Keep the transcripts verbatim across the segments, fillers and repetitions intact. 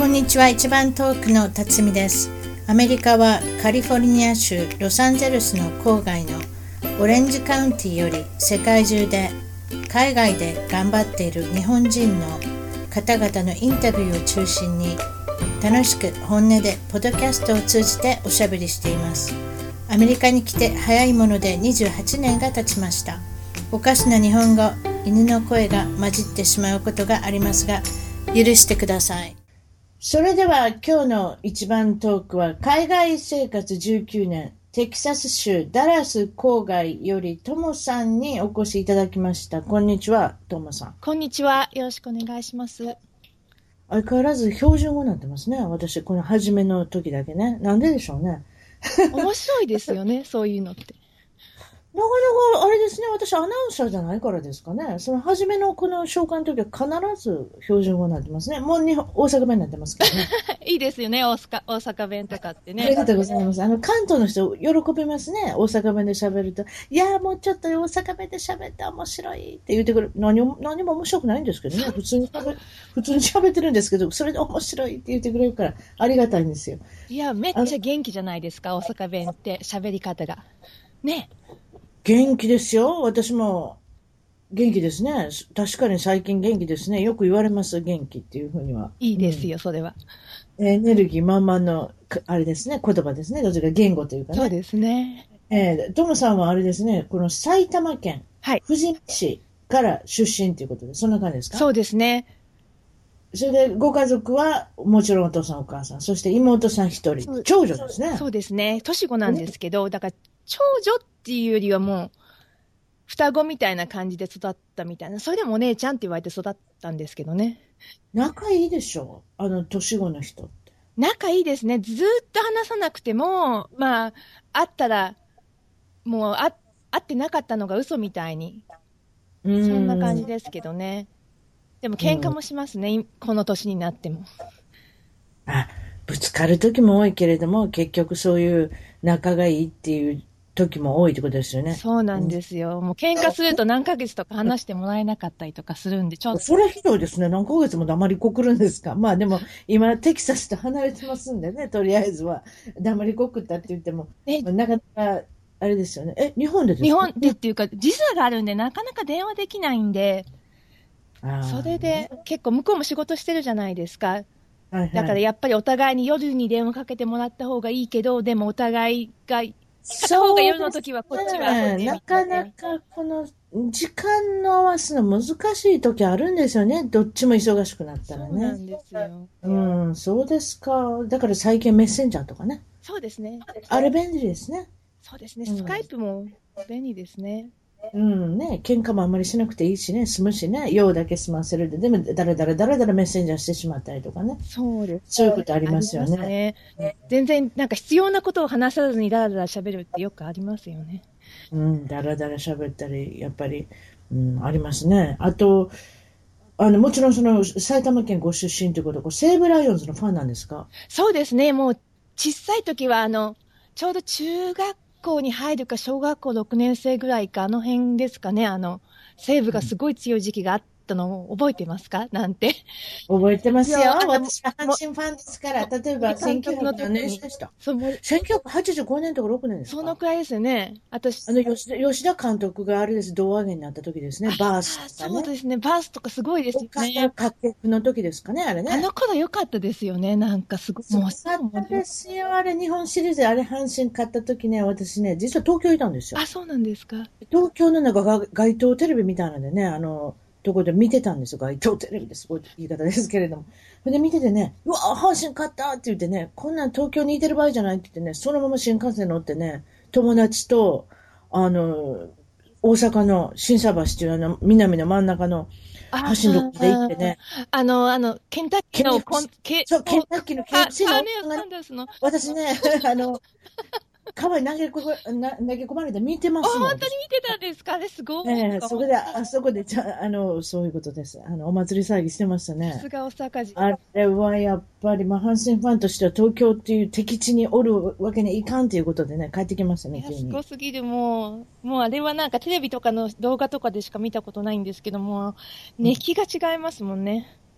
こんにちは。一番遠くの辰巳です。アメリカはカリフォルニア州ロサンゼルスの郊外のオレンジカウンティより世界中で海外で頑張っている日本人の方々のインタビューを中心に楽しく本音でポッドキャストを通じておしゃべりしています。アメリカに来て早いものでにじゅうはちねんが経ちました。おかしな日本語、犬の声が混じってしまうことがありますが許してください。それでは今日の一番トークは海外生活じゅうきゅうねんテキサス州ダラス郊外よりトモさんにお越しいただきました。こんにちは、トモさん。 こんにちは。よろしくお願いします。 相変わらず標準語になってますね。私この初めの時だけね。なんででしょうね。 面白いですよね、そういうのって。 なかなかあれですね、私アナウンサーじゃないからですかね。その初めのこの紹介の時は必ず標準語になってますね。もう日本大阪弁になってますけどね。 いいですよね、大阪、大阪弁とかってね。 ありがとうございます。あの関東の人喜びますね。大阪弁で喋ると、いやもうちょっと大阪弁で喋って面白いって言ってくる。何も何も面白くないんですけどね。普通に喋普通に喋ってるんですけど、それで面白いって言ってくれるからありがたいんですよ。 いやめっちゃ元気じゃないですか、大阪弁って喋り方がね。 元気ですよ。私も元気ですね。確かに最近元気ですね。よく言われます、元気っていうふうには。 いいですよ、うん、それは。 エネルギー満々の、あれですね、言葉ですね。どちらか言語というかね。 そうですね。 えー、トムさんはあれですね、この埼玉県、 はい、 富士見市から出身ということで、そんな感じですか？ そうですね。 それでご家族はもちろんお父さんお母さん、そして妹さん一人、長女ですね。 そうですね。年子なんですけど、だから長女っていうよりはもう、双子みたいな感じで育ったみたいな。それでもお姉ちゃんって言われて育ったんですけどね。 仲いいでしょう、あの年子の人って。 仲いいですね。ずーっと話さなくても、まあ、会ったら、もうあ、会ってなかったのが嘘みたいに。そんな感じですけどね。でも喧嘩もしますね。この年になっても。 あ、ぶつかる時も多いけれども、結局そういう仲がいいっていう時も多いってことですよね。 そうなんですよ。もう喧嘩すると何ヶ月とか話してもらえなかったりとかするんで、ちょっと。 それひどいですね。何ヶ月も黙りこくるんですか。まあでも、今、テキサスと離れてますんでね、とりあえずは。黙りこくったって言っても、ね、なかなか、あれですよね。え、日本でですか？ 日本でっていうか、時差があるんで、なかなか電話できないんで、それで、結構向こうも仕事してるじゃないですか。はいはい、だからやっぱりお互いに夜に電話かけてもらった方がいいけど、でもお互いが、片方が夜の時はこっちは、 ね。なかなかこの時間の合わすの難しい時あるんですよね。どっちも忙しくなったらね。 そうなんですよ。 うん、そうですか。だから最近メッセンジャーとかね。 そうですね。 あれ便利ですね。 そうですね。スカイプも便利ですね。 うんね、喧嘩もあんまりしなくていいしね、済むしね、用だけ済ませるで、でも、だらだらだらだらメッセンジャーしてしまったりとかね。 そうです。 そういうことありますよね。 ね、全然、なんか必要なことを話さずにだらだら喋るってよくありますよね。 うん、だらだら喋ったり、やっぱり、うん、ありますね。あと、あの、もちろんその、埼玉県ご出身ということは、西武ライオンズのファンなんですか？ そうですね、もう、小さい時は、あの、ちょうど中学校に入るか小学校ろくねん生ぐらいか、あの辺ですかね、あの、西武がすごい強い時期があったのを覚えてますか？なんて。 覚えてますよ。私は阪神ファンですから、例えばせんきゅうひゃく何年でした？せんきゅうひゃくはちじゅうごねんとかろくねんですか？ そのくらいですよね。私。 あの吉田、吉田監督があれです、胴上げになった時ですね。バースとかね。 そうですね、バースとかすごいですよね。 岡田掛布の時ですかね、あれね。 あの頃良かったですよね、なんかすごい。 良かったですよ、あれ、日本シリーズ、あれ、阪神勝った時ね、私ね、実は東京いたんですよ。 あ、そうなんですか。 東京のなんかが街頭テレビみたいなんでね、あの、ところで見てたんですよ、街頭テレビですごい言い方ですけれども。それで見ててね、うわ、阪神勝ったって言ってね、こんなん東京にいてる場合じゃないって言ってね、そのまま新幹線乗ってね、友達と、あの、大阪の新佐橋っていうあの、南の真ん中の橋のとこで行ってね。 あの、あの、ケンタッキーのコン、 ケそう、ケンタッキーのケンタッキーの、 私ね、あの、川に投げこな投げ込まれて見てますもん。 本当に見てたんですか？あれすごい。 ええー、そこで、あそこでちゃ、あの、そういうことです。あの、お祭り騒ぎしてましたね。 さすが大阪人。 あれはやっぱり、まあ、阪神ファンとしては東京っていう敵地におるわけにいかんということでね、帰ってきましたね、急に。 すごすぎる、もう、もうあれはなんかテレビとかの動画とかでしか見たことないんですけども、熱気が違いますもんね。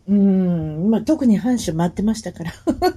うん、まあ、特に阪神待ってましたから。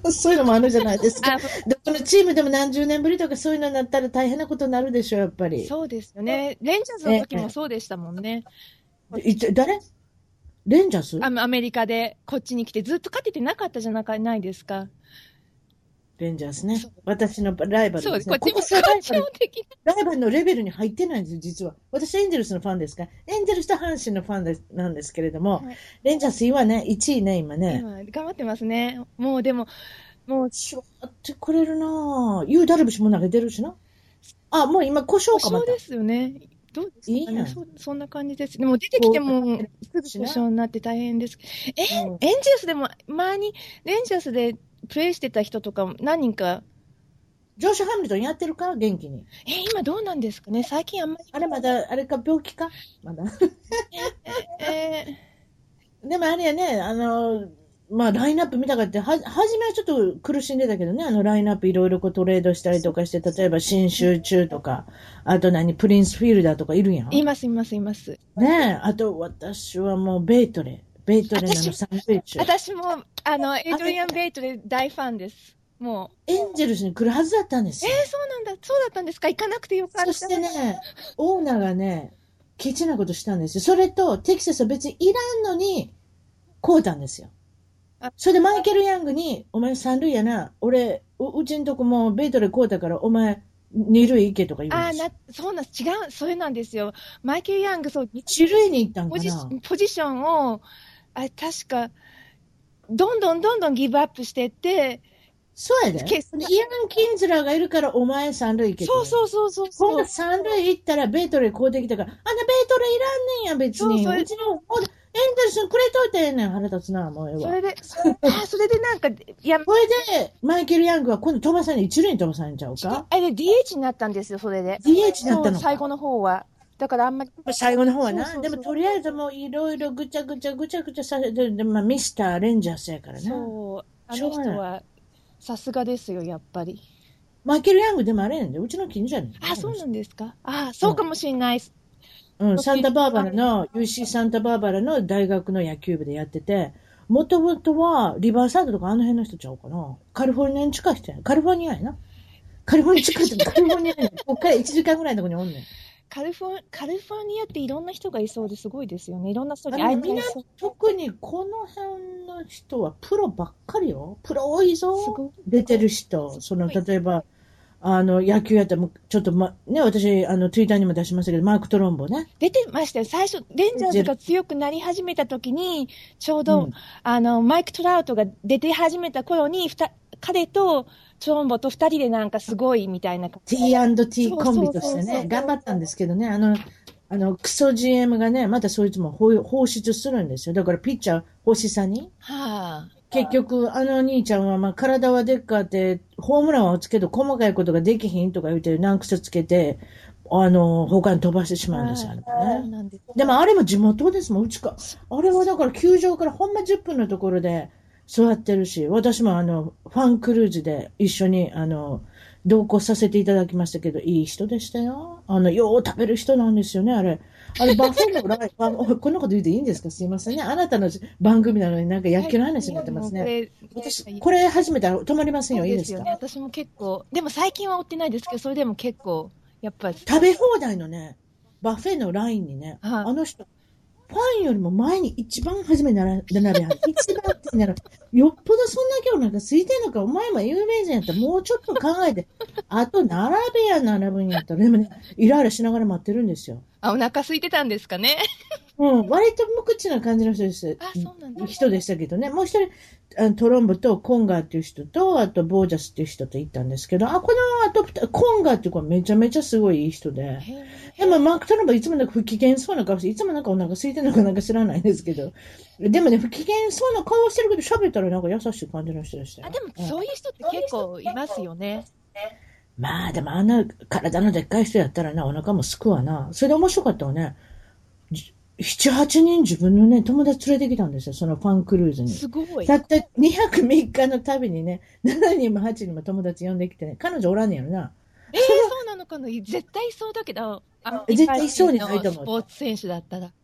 そういうのもあるじゃないですか。どこのチームでも何十年ぶりとかそういうのになったら大変なことになるでしょう、やっぱり。 そうですよね。レンジャーズの時もそうでしたもんね。 い誰レンジャーズアメリカでこっちに来てずっと勝ててなかったじゃないですか。 レンジャーズね。私のライバルですね。 そう、こっちもライバルライバルのレベルに入ってないんですよ、実は。私、エンゼルスのファンですから。エンゼルスと阪神のファンでなんですけれども、はい、レンジャーズ今ね、いちいね、今ね。 今、頑張ってますね。もうでも、もう。 しょってくれるなぁ。ユーダルビッシュも投げてるしな。あ、もう今、故障かまた。 故障ですよね。どうですかね、いいやん。そ、そんな感じです。でも出てきても、すぐ故障になって大変です。え、うん、エンジェルスでも、前に、レンジャースでプレイしてた人とか何人か、 ジョーシュ・ハミルトンやってるか元気に。 え、今どうなんですかね最近あんまり。 あれまだ、あれか病気かまだ。 えー、でもあれやね、あの、まあラインナップ見たかって、は、初めはちょっと苦しんでたけどね、あのラインナップいろいろこうトレードしたりとかして、例えば新集中とか、あと何、プリンスフィールダーとかいるやん。 います、います、います。 ねえ、あと私はもうベイトレ。ベイトレのサンドイッチ。 私も、あの、エイドリアン・ベイトレ大ファンです。もう。 エンジェルスに来るはずだったんですよ。 えー、そうなんだ。そうだったんですか行かなくてよかった。 そしてね、オーナーがね、ケチなことしたんですよ。それと、テキサスは別にいらんのに、こうたんですよ。それでマイケル・ヤングに、お前三塁やな、俺、う, うちんとこもベイトレこうたから、お前、二塁行けとか言うんですよ。 あな、そうなん、違う、それなんですよ。マイケル・ヤング、そう、 一塁に行ったんかな。 ポジ、ポジションを、あれ、確か、どんどんどんどんギブアップしてって、 そうやで。イアン・キンズラーがいるからお前三塁行け。 そうそうそうそうそう。今度三塁行ったらベイトレこうできたから、あんなベイトレいらんねんや、別に。そうそううちの、エンゼルスにくれといてええねん、腹立つな、もうええわ。 それで、あ、それでなんか、いや、それで、マイケル・ヤングは今度飛ばさに一塁に飛ばされちゃうかあれで ディーエイチ になったんですよ、それで。 ディーエイチ になったのか最後の方は。だからあんまり。 最後の方はな。そうそうそうでもとりあえずもういろいろぐちゃぐちゃぐちゃぐちゃさせて、まあミスター・レンジャースやからな。 そう。あの人は、さすがですよ、やっぱり。 マイケル・ヤングでもあれやんで、うちの近所やねん。 あ、そうなんですかあ、そうかもしれない。 うん、サンタバーバラの、ユーシー サンタバーバラの大学の野球部でやってて、もともとはリバーサイドとかあの辺の人ちゃうかな。カリフォルニアに近い人や。カリフォルニアやな。カリフォルニア近い人、カリフォルニアやねん。こっからいちじかんぐらいのとこにおんねん。 カリフォ、カリフォルニアっていろんな人がいそうですごいですよね。いろんな人に会いたいそう。 特にこの辺の人はプロばっかりよ。プロ多いぞ。出てる人。その、例えば、あの、野球やったら、ちょっとま、ね、私、あの、ツイッターにも出しましたけど、マーク・トロンボね。 出てましたよ。最初、レンジャーズが強くなり始めた時に、ちょうど、うん、あの、マイク・トラウトが出て始めた頃に、ふた、彼とトロンボと二人でなんかすごいみたいな。 ティーアンドティー コンビとしてね、頑張ったんですけどね、あの、あの、クソ ジーエム がね、またそいつも放出するんですよ。だからピッチャー、星さに。 はあ。 結局、あの兄ちゃんは、まあ、体はでっかって、ホームランは打つけど、細かいことができひんとか言って、難癖つけて、あの、他に飛ばしてしまうんですよね。でも、あれも地元ですもん、うちか。あれはだから、球場からほんまじゅっぷんのところで座ってるし、私もあの、ファンクルーズで一緒に、あの、同行させていただきましたけど、いい人でしたよ。あの、よう食べる人なんですよね、あれ。あれ、バフェのライブ、こんなこと言っていいんですかすいませんね。あなたの番組なのになんか野球の話になってますね。はい、私、これ始めたら止まりませんよ。いいですか、ね、 私も結構、でも最近は追ってないですけど、それでも結構、やっぱり。 食べ放題のね、バフェのラインにね、 はい、 あの人、ファンよりも前に一番初めに並べはる。一番ってなら、よっぽどそんだけお腹空いてんのか、お前も有名人やったらもうちょっと考えて、あと並べや並ぶんやったら、でもね、イライラしながら待ってるんですよ。 あ、お腹空いてたんですかね。 うん、割と無口な感じの人です。 あ、そうなんだ。 人でしたけどね。もう一人、あのトロンボとコンガーっていう人と、あとボージャスっていう人と行ったんですけど、あ、この後、コンガーっていう子はめちゃめちゃすごいいい人で。でもマーク・トロンボいつもなんか不機嫌そうな顔して、いつもなんかお腹空いてるのかなんか知らないんですけど。でもね、不機嫌そうな顔してるけど、喋ったらなんか優しい感じの人でしたよ。 あ、でもそういう人って結構いますよね。 まあでもあんな体のでっかい人やったらな、お腹もすくわな。それで面白かったわね。七、八人自分のね、友達連れてきたんですよ、そのファンクルーズに。 すごい。 たったにひゃくみっかの旅にね、ななにんもはちにんも友達呼んできてね、彼女おらんねやろな。 えー、そうなのかな絶対そうだけど、 あ絶対そうにないと思う。 スポーツ選手だったら。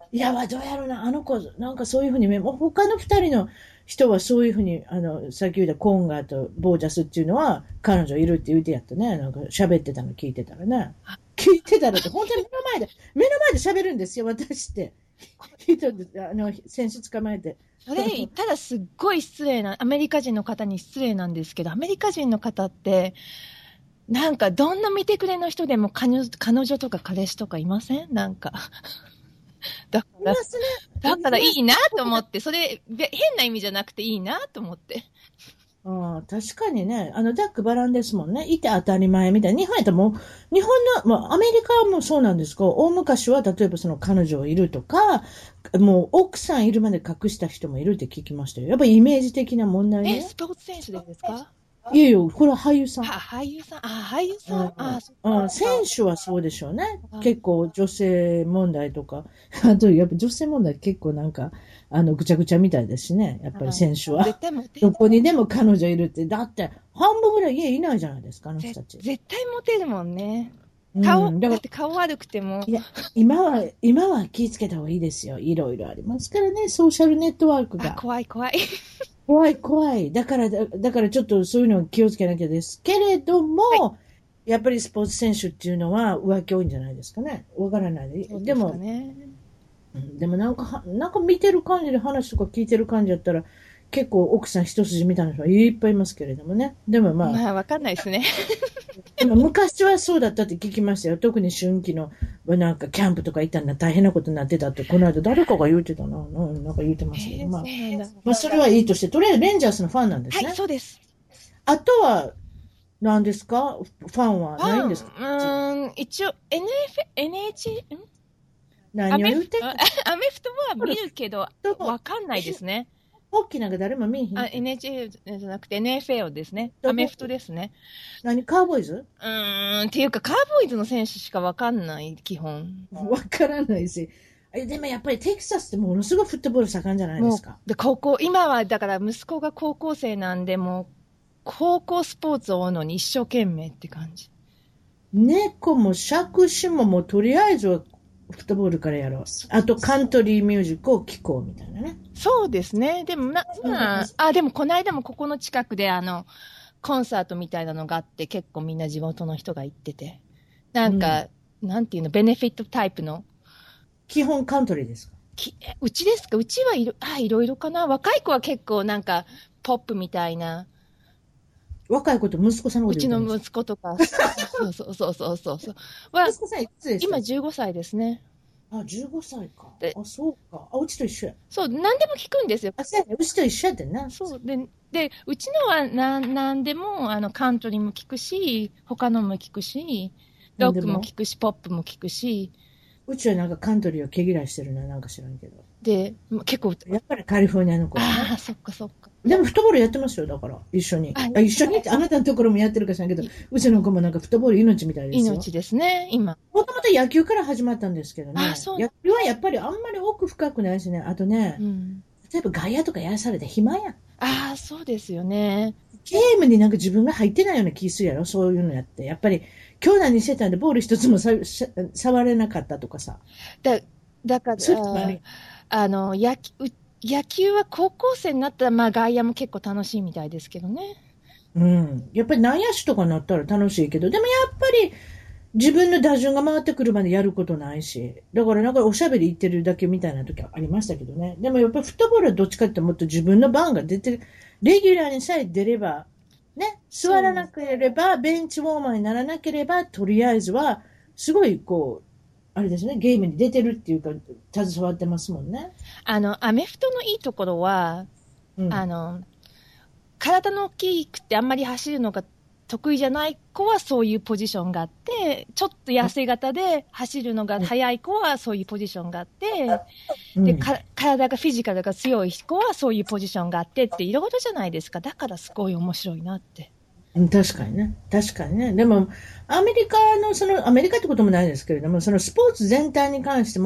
いや、どうやろうな、あの子、なんかそういうふうに、他の二人の人はそういうふうに、あの、さっき言ったコンガーとボージャスっていうのは、彼女いるって言うてやったね。なんか喋ってたの聞いてたらね。聞いてたらって、本当に目の前で、目の前で喋るんですよ、私って。人で、あの、選手捕まえて。 それ言ったらすっごい失礼な、アメリカ人の方に失礼なんですけど、アメリカ人の方って、なんかどんな見てくれの人でも彼女、彼女とか彼氏とかいません？なんか。だから、だからいいなと思って、それ、変な意味じゃなくていいなと思って。 ああ、確かにね、あの、ざっくばらんですもんね。いて当たり前みたいな。日本やったらもう、日本の、もうアメリカもそうなんですけど、大昔は例えばその彼女いるとか、もう奥さんいるまで隠した人もいるって聞きましたよ。やっぱりイメージ的な問題ね。 え、スポーツ選手でですか？ いやいや、これは俳優さん。 は、俳優さん、あ、俳優さん。うん、あ、そうん、選手はそうでしょうね。結構女性問題とか。あと、やっぱ女性問題結構なんか、あの、ぐちゃぐちゃみたいですしね。やっぱり選手は。どこにでも彼女いるって。だって、半分ぐらい家いないじゃないですか、あの人たち。 絶対モテるもんね。顔、うん、だ, だって顔悪くても。 いや、今は、今は気をつけた方がいいですよ。いろいろありますからね、ソーシャルネットワークが。 怖い怖い。 怖い怖い。だから、だからちょっとそういうのを気をつけなきゃですけれども、はい、やっぱりスポーツ選手っていうのは浮気多いんじゃないですかね。わからないで。 ででも、でもなんか、なんか見てる感じで話とか聞いてる感じだったら、結構奥さん一筋みたいな人はいっぱいいますけれどもね。でもまあ。 まあわかんないですね。 でも昔はそうだったって聞きましたよ。特に春季のなんかキャンプとか行ったんだ大変なことになってたって、この間誰かが言うてたな。なんか言うてますけど、まあ、まあそれはいいとして、とりあえずレンジャースのファンなんですね。 はい、そうです。 あとは、何ですか？ファンはないんですか？ うーん、一応 エヌエフ、エヌエイチ、ん何を言うてんの？ アメフトは見るけど、わかんないですね。 ホッキーなんか誰も見えへん。 あ、エヌエイチエー じゃなくて エヌエフエル ですね。アメフトですね。 何カーボーイズ？ うーん、っていうか、カーボーイズの選手しかわかんない、基本。 わからないし。でもやっぱりテキサスってものすごいフットボール盛んじゃないですか。 で、高校、今はだから息子が高校生なんで、もう、高校スポーツを追うのに一生懸命って感じ。 猫も杓子ももうとりあえずはフットボールからやろう。あとカントリーミュージックを聴こうみたいなね。 そうですね。でもな、まあ、あ、でもこの間もここの近くであの、コンサートみたいなのがあって、結構みんな地元の人が行ってて。なんか、うん、なんていうの、ベネフィットタイプの。 基本カントリーですか？ きうちですか？うちはいろ、あ、いろいろかな。若い子は結構なんか、ポップみたいな。 若い子と息子さんのこと言うてます。うちの息子とか。そうそうそうそうそうそう。は、 息子さんいくつですか？ 今じゅうごさいですね。 あ、じゅうごさいか。あ、そうか。あ、うちと一緒や。 そう、何でも聞くんですよ。 あ、そうやね。うちと一緒やってんな。 そう。で、で、うちのはな、なんでも、あの、カントリーも聞くし、他のも聞くし、ロックも聞くし、ポップも聞くし。 うちはなんかカントリーを毛嫌いしてるな、なんか知らんけど。 で、結構。 やっぱりカリフォルニアの子は、ね。 ああ、そっかそっか。 でもフットボールやってますよ、だから。一緒に。あ、一緒にって、あなたのところもやってるかしらんけど、うちの子もなんかフットボール命みたいですよ。 命ですね、今。 もともと野球から始まったんですけどね。 あ、そう。 野球はやっぱりあんまり奥深くないしね。あとね、うん、例えば外野とかやらされて暇やん。 ああ、そうですよね。 ゲームになんか自分が入ってないような気するやろ、そういうのやって。やっぱり、兄弟にしてたんでボール一つもさ触れなかったとかさ。 だ、だから、あの、野球、野球は高校生になったら、まあ外野も結構楽しいみたいですけどね。 うん。やっぱり内野手とかになったら楽しいけど、でもやっぱり自分の打順が回ってくるまでやることないし、だからなんかおしゃべり言ってるだけみたいな時はありましたけどね。でもやっぱりフットボールはどっちかってもっと自分の番が出て、レギュラーにさえ出れば、ね、座らなければ、ベンチウォーマーにならなければ、とりあえずは、すごいこう、あれですね、ゲームに出てるっていうか、携わってますもんね。 あの、アメフトのいいところは、うん、あの、体の大きくてあんまり走るのが得意じゃない子はそういうポジションがあって、ちょっと痩せ型で走るのが速い子はそういうポジションがあって、うん、でか、体がフィジカルが強い子はそういうポジションがあってっていろいろじゃないですか。だからすごい面白いなって。 確かにね。確かにね。でも、アメリカの、その、アメリカってこともないですけれども、そのスポーツ全体に関しても、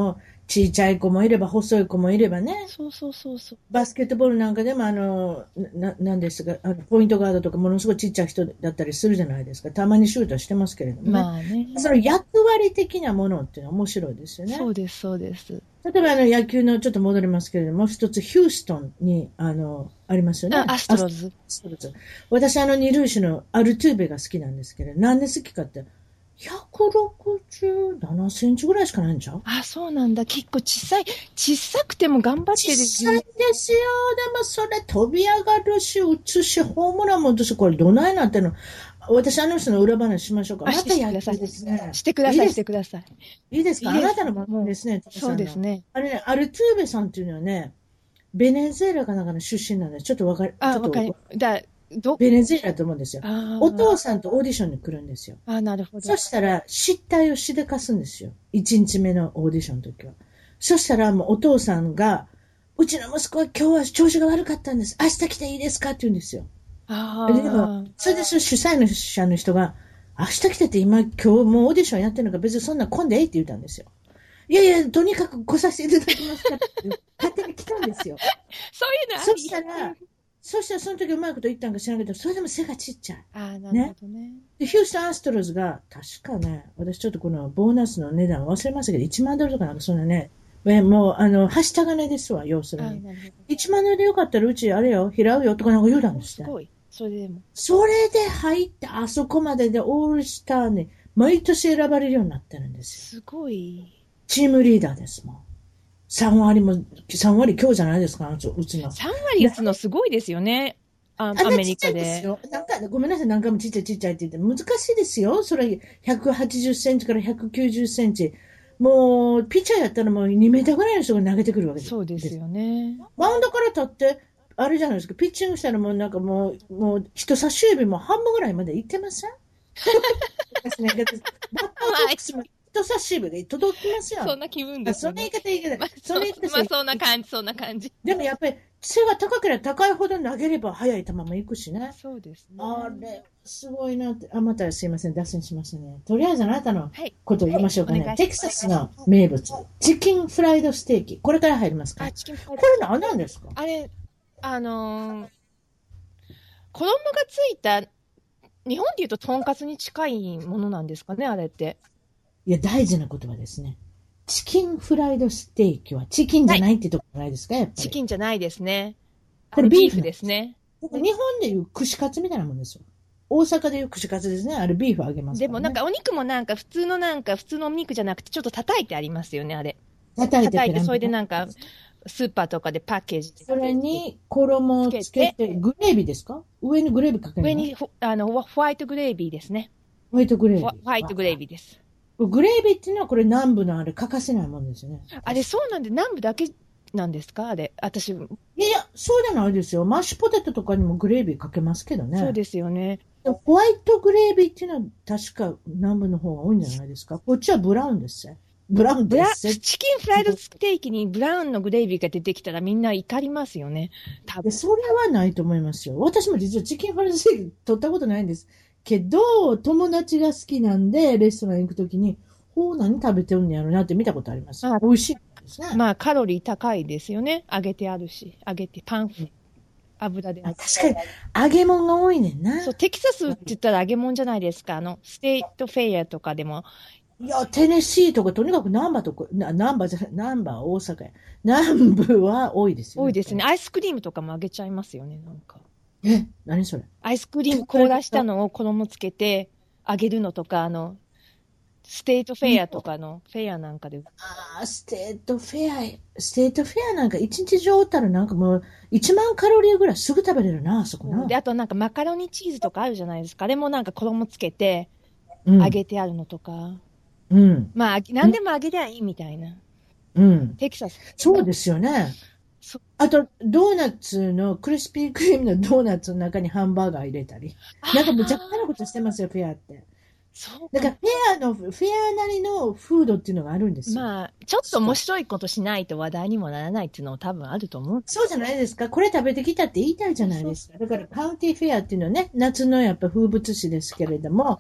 ちいちゃい子もいれば、細い子もいればね。 そうそうそうそう。 バスケットボールなんかでも、あの、な、なんですか、あの、ポイントガードとかものすごいちっちゃい人だったりするじゃないですか。たまにシュートしてますけれどもね。 まあね。 その役割的なものっていうのは面白いですよね。 そうです、そうです。 例えばあの野球のちょっと戻りますけれども、一つヒューストンに、あの、ありますよね。 あ、アストロズ。 アストロズ。私あの二塁手のアルトゥーベが好きなんですけど、なんで好きかって、ひゃくろくじゅうななセンチぐらいしかないんちゃう？ あ、そうなんだ。結構小さい。小さくても頑張ってる。 小さいですよ。でもそれ飛び上がるし、打つし、ホームランも打つし、これどないなってんの？私あの人の裏話しましょうか。また野球ですね。 してください、してください。 いいですか？あなたのものですね。 そうですね。 あれね、アルトゥーベさんっていうのはね、ベネズエラかなんかの出身なんで、ちょっとわかる。 あ、わかり、だ、ど、 ベネズエラと思うんですよ。お父さんとオーディションに来るんですよ。 あ、なるほど。 そしたら、失態をしでかすんですよ。一日目のオーディションの時は。そしたら、もうお父さんが、うちの息子は今日は調子が悪かったんです。明日来ていいですかって言うんですよ。 あでも、それで主催の者の人が、明日来てて今、今日もうオーディションやってるのか別にそんな混んでええって言ったんですよ。いやいや、とにかく来させていただきますからって勝手に来たんですよ。 そういうのあそしたら、そしたらその時うまいこと言ったんか知らんけど、それでも背がちっちゃい。 ああ、なるほどね。ねで、ヒューストンアストロズが、確かね、私ちょっとこのボーナスの値段忘れましたけど、いちまんドルとかなんかそんなね、もう、あの、はした金ですわ、要するに。いちまんドルでよかったらうち、あれよ、拾うよとかなんか言うたんですね。 すごい。それでも。 それで入って、あそこまででオールスターに、毎年選ばれるようになってるんですよ。すごい。 チームリーダーですもん。さん割も、さん割今日じゃないですか、うちの。 さん割打つのすごいですよね。あ、アメリカで。 ですよ。なんか、ごめんなさい、何回もちっちゃいちっちゃいって言って、難しいですよ。それ、ひゃくはちじゅっセンチからひゃくきゅうじゅっセンチ。もう、ピッチャーやったらもうにメーターぐらいの人が投げてくるわけです。 そうですよね。 マウンドから立って、あれじゃないですか、ピッチングしたらもうなんかもう、もう人差し指も半分ぐらいまでいってませんですね。バッターボックスも人差し指で届きますよ。 そんな気分ですよね。そんな言い方いいけど、 まあ、そんな言い方まあ、そんな感じ、そんな感じ。 でもやっぱり、背が高ければ高いほど投げれば速い球もいくしね。 そうですね。 あれ、すごいなって。あ、またすいません、脱線しましたね。とりあえずあなたのことを言いましょうかね。はいはい、テキサスの名物、チキンフライドステーキ。これから入りますか？ あ、チキンフライド。 これ何なんですか？ あれ、あのー、衣がついた、日本で言うととんかつに近いものなんですかね、あれって。 いや、大事な言葉ですね。チキンフライドステーキはチキンじゃないってとこないですか、やっぱり。 チキンじゃないですね。 これビーフですね。 日本でいう串カツみたいなもんですよ。大阪でいう串カツですね。あれビーフあげますから、ね。 でもなんかお肉もなんか普通のなんか普通のお肉じゃなくてちょっと叩いてありますよね、あれ。 叩いて叩いて、それでなんかスーパーとかでパッケージそれに衣をつけて、グレービーですか？上にグレービーかけるの？ 上にあのホワイトグレービーですね。 ホワイトグレービー。 ホワイトグレービーです。 グレービーっていうのはこれ南部のあれ欠かせないもんですよね。 あれそうなんで南部だけなんですかあれ。私。いやいや、そうじゃないですよ。マッシュポテトとかにもグレービーかけますけどね。 そうですよね。 ホワイトグレービーっていうのは確か南部の方が多いんじゃないですか。こっちはブラウンですよ。ブラウンですよ。 チキンフライドステーキにブラウンのグレービーが出てきたらみんな怒りますよね。 多分。それはないと思いますよ。私も実はチキンフライドステーキ取ったことないんです。けど、友達が好きなんで、レストラン行くときに、ほう、何食べてるんやろうなって見たことあります。美味しいですね。 まあ、カロリー高いですよね。揚げてあるし、揚げてパン、油で。 確かに、揚げ物が多いねんな。 そう、テキサスって言ったら揚げ物じゃないですか。あの、ステートフェアとかでも。 いや、テネシーとか、とにかくナンバーとか、ナンバーじゃない、ナンバー大阪や。南部は多いですよね。 多いですね。アイスクリームとかも揚げちゃいますよね、なんか。 え、何それ？ アイスクリーム凍らしたのを衣つけて揚げるのとか、あの、ステートフェアとかのフェアなんかで。 ああ、ステートフェア、ステートフェアなんか一日上おったらなんかもういちまんカロリーぐらいすぐ食べれるな、あそこな。 で、あとなんかマカロニチーズとかあるじゃないですか。あれもなんか衣つけて揚げてあるのとか。 うん。 まあ、何でも揚げりゃいいみたいな。 うん。 テキサス。 そうですよね。あと、ドーナツの、クリスピークリームのドーナツの中にハンバーガー入れたり。なんかむちゃくちゃなことしてますよ、フェアって。そう。だからフェアの、フェアなりのフードっていうのがあるんですよ。 まあ、ちょっと面白いことしないと話題にもならないっていうのも多分あると思う。 そうじゃないですか。これ食べてきたって言いたいじゃないですか。だからカウンティフェアっていうのはね、夏のやっぱ風物詩ですけれども、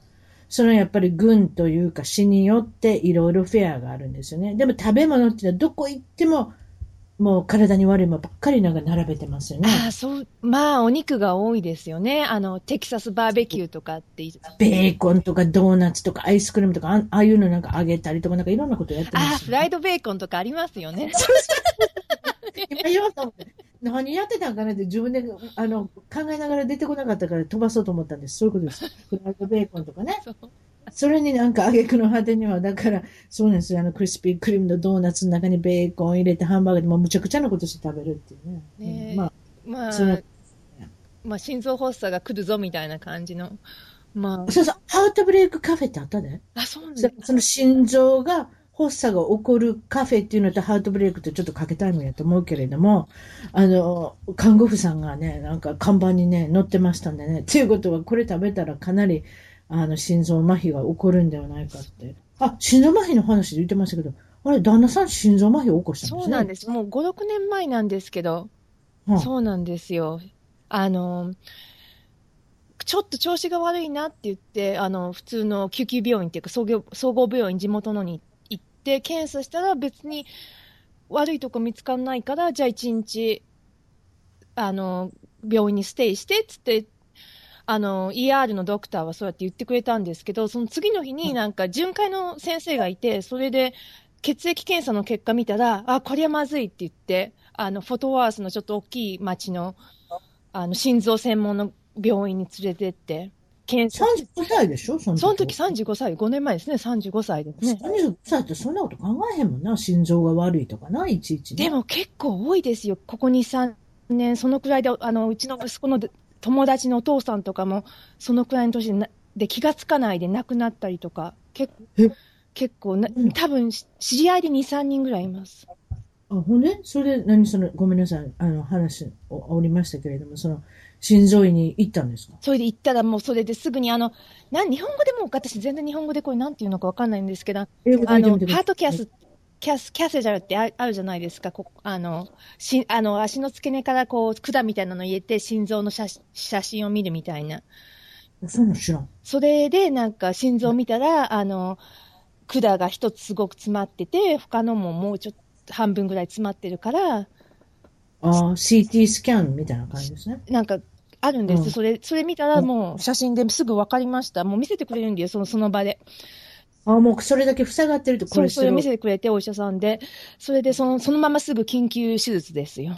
そのやっぱり軍というか市によっていろいろフェアがあるんですよね。でも食べ物っていうのはどこ行ってももう体に悪いものばっかりなんか並べてますよね。 ああ、そう、まあ、お肉が多いですよね。あの、テキサスバーベキューとかって。 ベーコンとかドーナツとかアイスクリームとか、あ、ああいうのなんか揚げたりとか、なんかいろんなことやってますよ、ね。 ああ、フライドベーコンとかありますよね。 今言おうと思って、何やってたんかなって自分であの考えながら出てこなかったから飛ばそうと思ったんです。そういうことです。フライドベーコンとかね。そう。それになんか挙句の果てには、だから、そうなんですよ。あの、クリスピークリームのドーナツの中にベーコン入れてハンバーガーでもうむちゃくちゃなことして食べるっていうね。 ねうん、まあ、 まあ、 そのまあ、心臓発作が来るぞみたいな感じの。まあ。そうそう、ハートブレイクカフェってあったで。 あ、そうなんですか。 その心臓が、発作が起こるカフェっていうのとハートブレイクってちょっとかけたいもんやと思うけれども、あの、看護婦さんがね、なんか看板にね、載ってましたんでね、っていうことはこれ食べたらかなり、あの、心臓麻痺が起こるんではないかって。あ、心臓麻痺の話で言ってましたけど、あれ、旦那さん心臓麻痺を起こしたんですね。 そうなんです。もうご、ろくねんまえなんですけど、はあ、そうなんですよ。あの、ちょっと調子が悪いなって言って、あの、普通の救急病院っていうか、総合、総合病院、地元のに行って、検査したら別に悪いとこ見つかんないから、じゃあ一日、あの、病院にステイして、つって、あの、イーアール のドクターはそうやって言ってくれたんですけど、その次の日になんか巡回の先生がいて、それで血液検査の結果見たら、あ、これはまずいって言って、あの、フォトワースのちょっと大きい町の、あの、心臓専門の病院に連れてって、検査。 さんじゅうごさいでしょその時。 その時さんじゅうごさい、ごねんまえですね、さんじゅうごさいですね。 さんじゅうごさいってそんなこと考えへんもんな、心臓が悪いとかな、いちいち、ね。 でも結構多いですよ、ここに、さんねん、そのくらいで、あの、うちの息子の友達のお父さんとかも、そのくらいの年でで気がつかないで亡くなったりとか、結構、結構な、多分知り合いでに、さんにんぐらいいます。 あ、ほんで、それで、何その、ごめんなさい、あの、話、お、おりましたけれども、その、心臓医に行ったんですか？ それで行ったらもうそれですぐにあの、な、日本語でも私全然日本語でこれなんていうのかわかんないんですけど、あの、ハートキャス、キャス、キャセジャーってあるじゃないですか。こあの、し、あの、足の付け根からこう、管みたいなの入れて心臓の写写真を見るみたいな。 そうも知らん。 それでなんか心臓見たら、あの、管が一つすごく詰まってて、他のももうちょっと半分ぐらい詰まってるから。 ああ、シーティー スキャンみたいな感じですね。 なんか、あるんです、うん。それ、それ見たらもう写真ですぐ分かりました。もう見せてくれるんだよ、その、その場で。 ああ、もうそれだけ塞がってるとこれそう、それ見せてくれて、お医者さんで。それで、その、そのまますぐ緊急手術ですよ。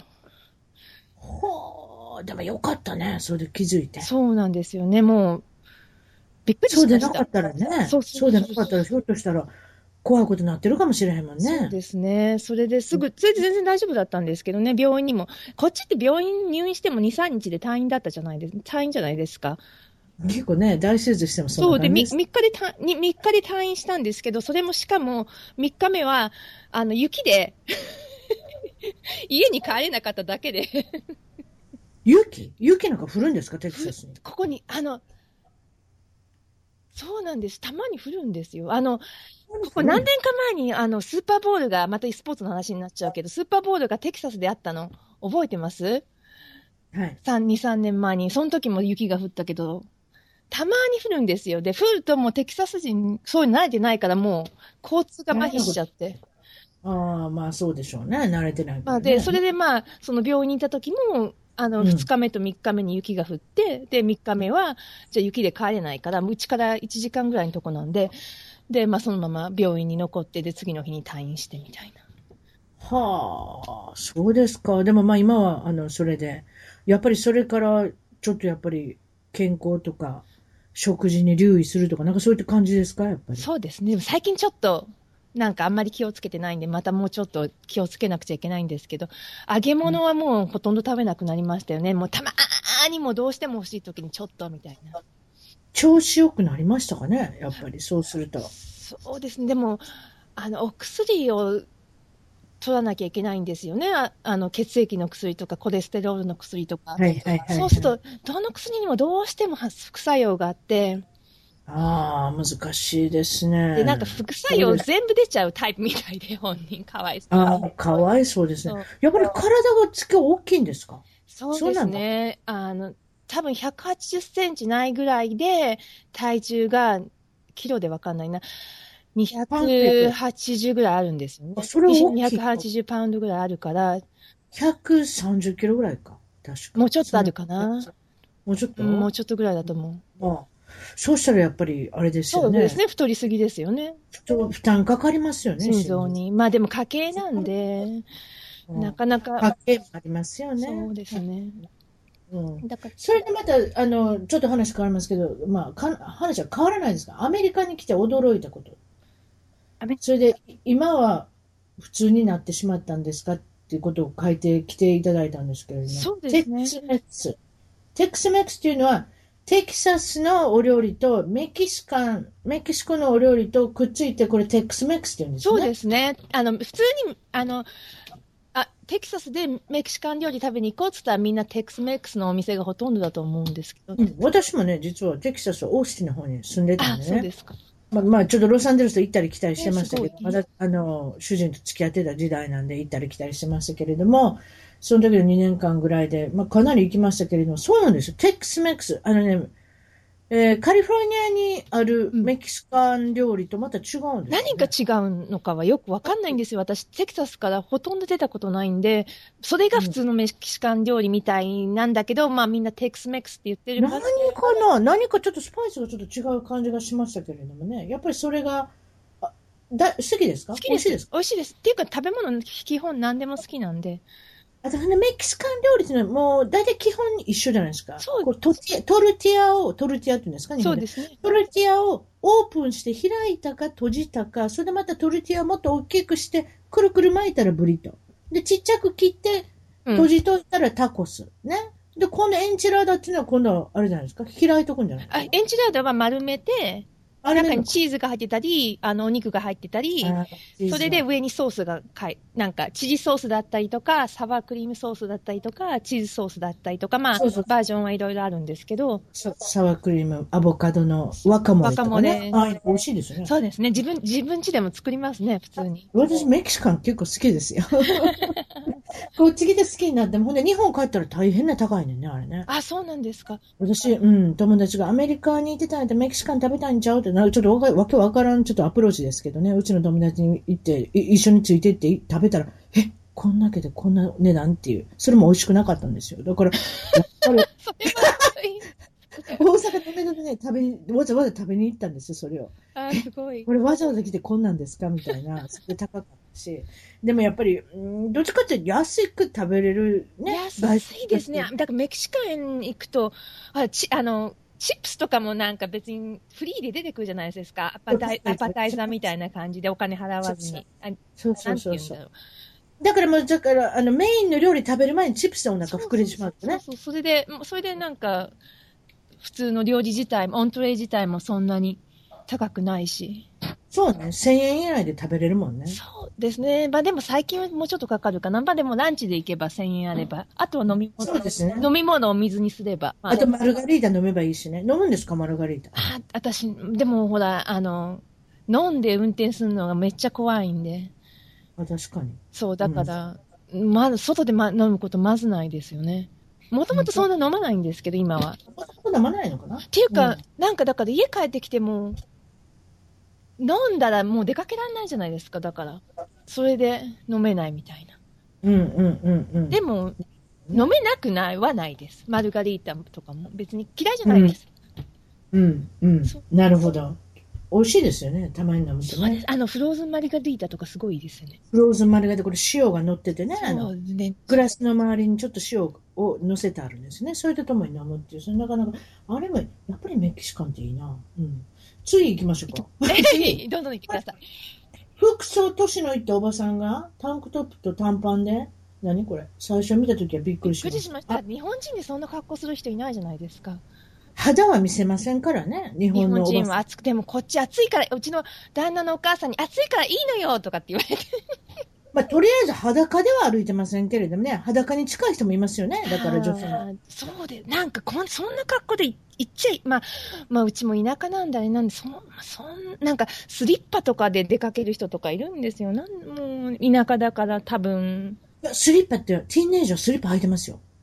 ほー、でもよかったね、それで気づいて。 そうなんですよね、もう、びっくりしました。 そうでなかったらね、そうそうでなかったら、ひょっとしたら、怖いことになってるかもしれへんもんね。 そうですね。それですぐ、それで全然大丈夫だったんですけどね、病院にも。こっちって病院入院してもに、さんにちで退院だったじゃないですか。退院じゃないですか。 結構ね、大手術してもそうで、みっかで退みっかで退院したんですけど、それもしかもみっかめは、あの、雪で、家に帰れなかっただけで。 雪雪なんか降るんですか、テキサスに。 ここに、あの、そうなんです。たまに降るんですよ。あの、ここ何年か前に、あの、スーパーボールが、またスポーツの話になっちゃうけど、スーパーボールがテキサスであったの、覚えてます？ はい。 に、さんねんまえに。その時も雪が降ったけど、たまに降るんですよ。で、降るともうテキサス人、そういうの慣れてないから、もう、交通が麻痺しちゃって。 ああ、まあそうでしょうね。慣れてないから、ね。まあで、それでまあ、その病院にいた時も、あの、ふつかめとみっかめに雪が降って、うん、で、みっかめは、じゃあ雪で帰れないから、うちからいちじかんぐらいのとこなんで、で、まあそのまま病院に残って、で、次の日に退院してみたいな。 はあ、そうですか。でもまあ今は、あの、それで、やっぱりそれから、ちょっとやっぱり、健康とか、食事に留意するとか、なんかそういった感じですか、やっぱり。 そうですね。でも最近ちょっと、なんかあんまり気をつけてないんで、またもうちょっと気をつけなくちゃいけないんですけど、揚げ物はもうほとんど食べなくなりましたよね。もうたまーにもどうしても欲しい時にちょっとみたいな。 調子良くなりましたかね、やっぱりそうすると。 そうですね。でも、あの、お薬を取らなきゃいけないんですよね。あ, あの血液の薬とかコレステロールの薬とか。 はいはいはい、はい。 そうすると、どの薬にもどうしても副作用があって。 ああ、難しいですね。 で、なんか副作用全部出ちゃうタイプみたいで、本人かわいそう。 ああ、かわいそうですね。やっぱり体がつき大きいんですか？ そうですね。あの、多分ひゃくはちじゅっセンチないぐらいで、体重がキロでわかんないな。にひゃくはちじゅうぐらいあるんですよね。 それをにひゃくはちじゅうパウンドぐらいあるから。 ひゃくさんじゅっキロぐらいか。確か。 もうちょっとあるかな。 もうちょっと、 うん、もうちょっとぐらいだと思う。まあ、そうしたらやっぱりあれですよね。 そうですね。太りすぎですよね。 負担かかりますよね。 心臓に。まあでも家計なんで、うん、なかなか。 家計もありますよね。 そうですね。 うん、だからそれでまた、あの、ちょっと話変わりますけど、まあ、か話は変わらないですか？アメリカに来て驚いたこと。それで、今は普通になってしまったんですかっていうことを書いてきていただいたんですけれども。 そうですね。 テックスメックス。テックスメックスっていうのは、テキサスのお料理とメキシカン、メキシコのお料理とくっついて、これテックスメックスって言うんですね。 そうですね。あの、普通に、あの、あ、テキサスでメキシカン料理食べに行こうって言ったらみんなテックスメックスのお店がほとんどだと思うんですけど。 うん、私もね、実はテキサス、オースティンの方に住んでたんでね。 あ、そうですか。 まあ、まあ、ちょっとロサンゼルスと行ったり来たりしてましたけど、まだ、あの、主人と付き合ってた時代なんで行ったり来たりしてましたけれども、その時のにねんかんぐらいで、まあ、かなり行きましたけれども、そうなんですよ。テックスメックス。あのね、えー、カリフォルニアにあるメキシカン料理とまた違うんですよ、ね、 何が違うのかはよくわかんないんですよ。私、テキサスからほとんど出たことないんで、それが普通のメキシカン料理みたいなんだけど、うん、まあみんなテックスメックスって言ってるから。 何かな何かちょっとスパイスがちょっと違う感じがしましたけれどもね。やっぱりそれが、あだ好きですか？ 好きです。美味しいです。美味しいです。っていうか食べ物、基本何でも好きなんで。 あとね、メキシカン料理っていうのはもう大体基本一緒じゃないですか。そう。これトルティア、トルティアを、トルティアって言うんですかね。 そうですね。 トルティアをオープンして開いたか閉じたか、それでまたトルティアをもっと大きくして、くるくる巻いたらブリト。で、ちっちゃく切って、閉じといたらタコス。うん、ね。で、このエンチラーダっていうのは今度はあれじゃないですか。開いとくんじゃないですか。 あ、エンチラーダは丸めて、中にチーズが入ってたり、あの、お肉が入ってたり、それで上にソースがかい、なんか、チリソースだったりとか、サワークリームソースだったりとか、チーズソースだったりとか、まあ、そうそうバージョンはいろいろあるんですけど。 サワークリーム、アボカドのワカモレとかね。あ、美味しいですよね。 そうですね。自分、自分家でも作りますね、普通に。 私、メキシカン結構好きですよ。こっち来て好きになって、ほんで日本帰ったら大変な高いねんね、あれね。 あ、そうなんですか。 私、うん、友達がアメリカに行ってたんやったらメキシカン食べたいんちゃうって、ちょっとわけわからんちょっとアプローチですけどね、うちの友達に行って、一緒についてって食べたら、え、こんだけでこんな値段っていう、それも美味しくなかったんですよ。だから、やっぱり大阪の梅田でね、食べに、わざわざ食べに行ったんですよ、それを。 あ、すごい。 これわざわざ来てこんなんですかみたいな、それ高かったし。でもやっぱり、んどっちかっていうと安く食べれるね。 安いですね。だからメキシカンに行くと、あ、ち、あの、チップスとかもなんか別にフリーで出てくるじゃないですか。アパタイ、アパタイザーみたいな感じでお金払わずに。 そうそうそうそう。だからもう、だから、あの、メインの料理食べる前にチップスでお腹膨れてしまうね。 そうそうそう。それで、それでなんか、普通の料理自体も、オントレイ自体もそんなに高くないし。 そうね。せんえん以内で食べれるもんね。 そうですね。まあでも最近はもうちょっとかかるかな。まあでもランチで行けばせんえんあれば。あとは飲み物。 そうですね。 飲み物を水にすれば。 あとマルガリータ飲めばいいしね。飲むんですか、マルガリータ。 あ、私、でもほら、あの、飲んで運転するのがめっちゃ怖いんで。 あ、確かに。 そう、だから、うん、まだ外で、ま、飲むことまずないですよね。もともとそんな飲まないんですけど、今は。 飲まないのかなっていうか、うん、なんかだから家帰ってきても、飲んだらもう出かけられないじゃないですか、だから。それで飲めないみたいな。 うんうんうんうん。 でも、飲めなくないはないです。マルガリータとかも別に嫌いじゃないです。 うん、うん、うん。なるほど。美味しいですよね、たまに飲むとね。 あの、フローズンマルガリータとかすごいいいですよね。 フローズンマルガリータ、これ塩が乗っててね、あの、ね、グラスの周りにちょっと塩を乗せてあるんですね。それとともに飲むっていう、それなかなか、あれも、やっぱりメキシカンっていいな。うん。次行きましょうか。 どんどん行ってください。 服装、年のいったおばさんが、タンクトップと短パンで、何これ最初見たときはびっくりしました。びっくりしました。 日本人でそんな格好する人いないじゃないですか。 肌は見せませんからね、日本のおばさん。 日本人は暑くてもこっち暑いから、うちの旦那のお母さんに暑いからいいのよとかって言われて。 まあ、とりあえず裸では歩いてませんけれどもね、裸に近い人もいますよね、だから女性は。 そうで、なんかこん、そんな格好で行っちゃい、まあ、まあ、うちも田舎なんだね、なんで、そん、そん、なんか、スリッパとかで出かける人とかいるんですよ。なんもう、田舎だから多分。 いや、スリッパって、ティーンエイジャースリッパ履いてますよ。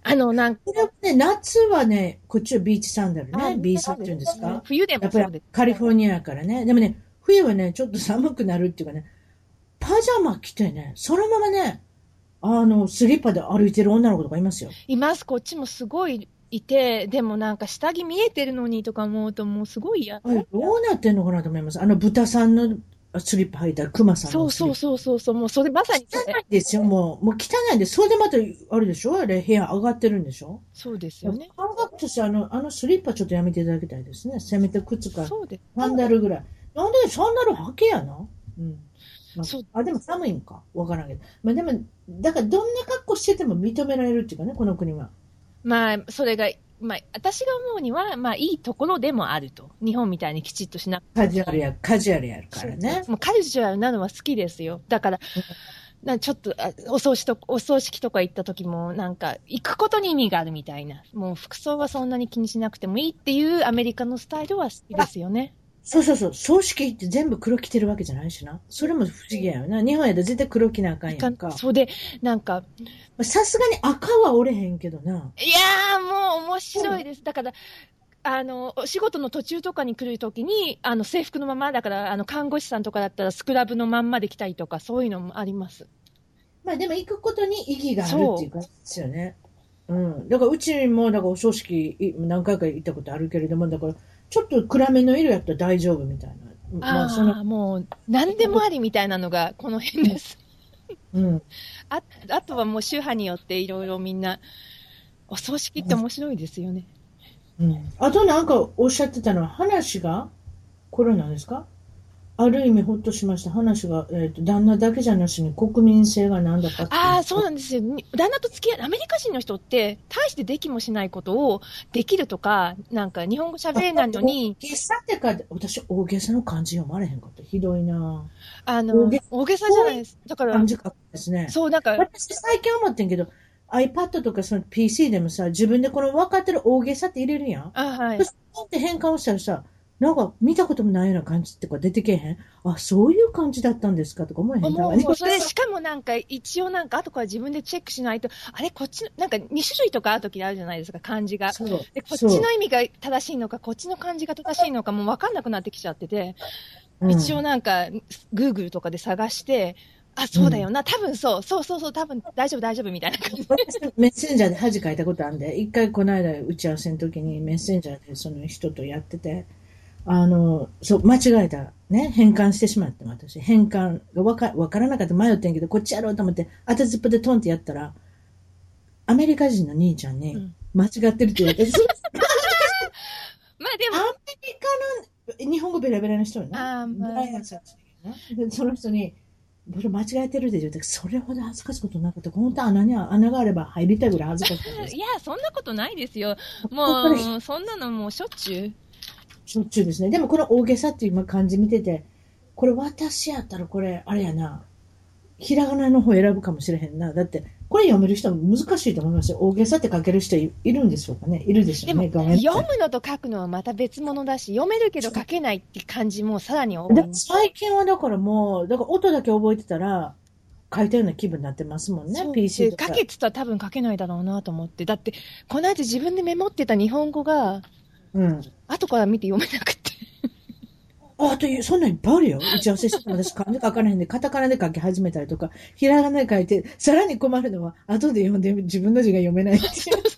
あの、なんか。 これはね、夏はね、こっちはビーチサンダルね。ビーサンって言うんですか？ 冬でもそうです。 やっぱりカリフォルニアやからね。でもね、冬はね、ちょっと寒くなるっていうかね、パジャマ着てね、そのままね、あの、スリッパで歩いてる女の子とかいますよ。 います。こっちもすごいいて、でもなんか下着見えてるのにとか思うともうすごい嫌。 あれ、どうなってんのかなと思います。あの、豚さんのスリッパ履いたら、クマさんそうのスリッパ。 そうそうそう、もうそれまさにそれ。 汚いですよ、もう。もう汚いんで、それでまた、あれでしょあれ、部屋上がってるんでしょ？ そうですよね。 感覚としてあの、あのスリッパちょっとやめていただきたいですね。せめて靴か、 そうです。 サンダルぐらい。なんでサンダル履けやな。うん。まあ、 そう。 あ、でも寒いんか。わからんけど。まあでも、だからどんな格好してても認められるっていうかね、この国は。 まあ、それが、まあ、私が思うには、まあ、いいところでもあると。日本みたいにきちっとしなくて。 カジュアルや、カジュアルやるからね。 もうカジュアルなのは好きですよ。だから、なちょっとあお葬式と、お葬式とか行った時も、なんか、行くことに意味があるみたいな。もう服装はそんなに気にしなくてもいいっていうアメリカのスタイルは好きですよね。 そうそうそう。葬式って全部黒着てるわけじゃないしな。それも不思議やよな。日本やと絶対黒着なあかんやんか。 そうで、なんか。 さすがに赤は折れへんけどな。いやー、もう面白いです。だから、あの、お仕事の途中とかに来るときに、あの、制服のまま、だから、あの、看護師さんとかだったらスクラブのまんまで来たりとか、そういうのもあります。 まあでも行くことに意義があるっていう感じですよね。うん。だからうちも、だからお葬式何回か行ったことあるけれども、だから、ちょっと暗めの色やったら大丈夫みたいな。 まあ、その。もう、何でもありみたいなのが、この辺です。 うん。 あ、あとはもう宗派によっていろいろみんな、お葬式って面白いですよね。 うん。あとなんかおっしゃってたのは、話が、これなんですか？ある意味ほっとしました。話が、えっ、ー、と、旦那だけじゃなしに国民性がなんだかって。 ああ、そうなんですよ。旦那と付き合い、アメリカ人の人って、大してできもしないことをできるとか、なんか日本語喋れないのに。 大げさってか、私、大げさの漢字読まれへんかった。ひどいなあの、大げ大げさじゃないです。だから、 漢字書くんですね。 そう、なんか。 私、最近思ってんけど、iPad とかその ピーシー でもさ、自分でこの分かってる大げさって入れるやん。 あ、はい。 そして変換をしたらさ、なんか見たこともないような感じってか出てけへん。あ、そういう感じだったんですかとか思えへん。 もう、もうそれ、しかもなんか、一応なんか、後から自分でチェックしないと、あれ、こっちの、なんかに種類とかあるときあるじゃないですか、漢字が。 そう。 で、こっちの意味が正しいのか、こっちの漢字が正しいのか、もう分かんなくなってきちゃってて、うん、一応なんか、Google とかで探して、あ、そうだよな、うん、多分そう、そうそうそう、多分大丈夫大丈夫みたいな感じで。 メッセンジャーで恥かいたことあるんで、一回この間打ち合わせの時にメッセンジャーでその人とやってて、あの、そう、間違えた。ね、変換してしまって、私。変換がわか、わからなかった迷ってんけど、こっちやろうと思って、当てずっぽでトンってやったら、アメリカ人の兄ちゃんに、間違ってるって言われて、うん、 まあでも。 アメリカの、日本語ベラベラの人にね、 あまあ、 その人に、これ間違えてるで言うて、それほど恥ずかしいことなかった。本当は穴には穴があれば入りたいぐらい恥ずかしいです。 いや、そんなことないですよ。もう、そんなのもうしょっちゅう。 しょっちゅうですね。でもこの大げさっていう感じ見てて、これ私やったらこれ、あれやな、ひらがなの方選ぶかもしれへんな。だって、これ読める人も難しいと思いますよ。大げさって書ける人 い, いるんでしょうかね。いるでしょうね。 でも読むのと書くのはまた別物だし、読めるけど書けないって感じもさらに多い。 最近はだからもう、だから音だけ覚えてたら、書いたような気分になってますもんね、ピーシー とか。 書けって言ったら多分書けないだろうなと思って。だって、この間自分でメモってた日本語が、うん。後から見て読めなくて。 あ、あと、そんなんいっぱいあるよ。打ち合わせしても私漢字書かないんで、カタカナで書き始めたりとか、ひらがなで書いて、さらに困るのは、後で読んで自分の字が読めないっていう。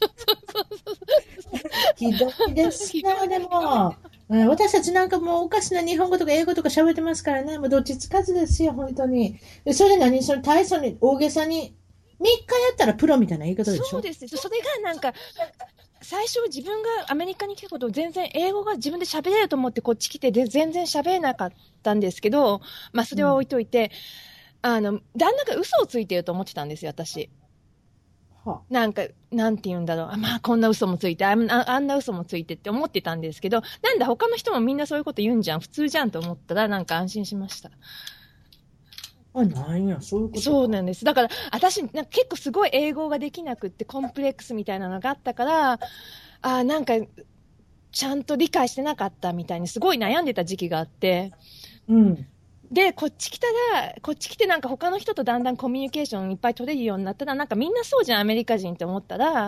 ひどいですな、でも。私たちなんかもうおかしな日本語とか英語とか喋ってますからね。もうどっちつかずですよ、本当に。それで何それ大層に大げさに、みっかやったらプロみたいな言い方でしょ？ そうですよ。それがなんか、最初自分がアメリカに来たことを全然英語が自分で喋れると思ってこっち来てで全然喋れなかったんですけど、まあそれは置いといて、うん、あの、旦那が嘘をついてると思ってたんですよ、私。はあ、なんか、なんて言うんだろう。まあこんな嘘もついてあ、あんな嘘もついてって思ってたんですけど、なんだ他の人もみんなそういうこと言うんじゃん、普通じゃんと思ったらなんか安心しました。 あ、なんや、そういうことか。 そうなんです。だから、私、なんか結構すごい英語ができなくって、コンプレックスみたいなのがあったから、あなんか、ちゃんと理解してなかったみたいに、すごい悩んでた時期があって、うん。で、こっち来たら、こっち来てなんか他の人とだんだんコミュニケーションいっぱい取れるようになったら、なんかみんなそうじゃん、アメリカ人って思ったら、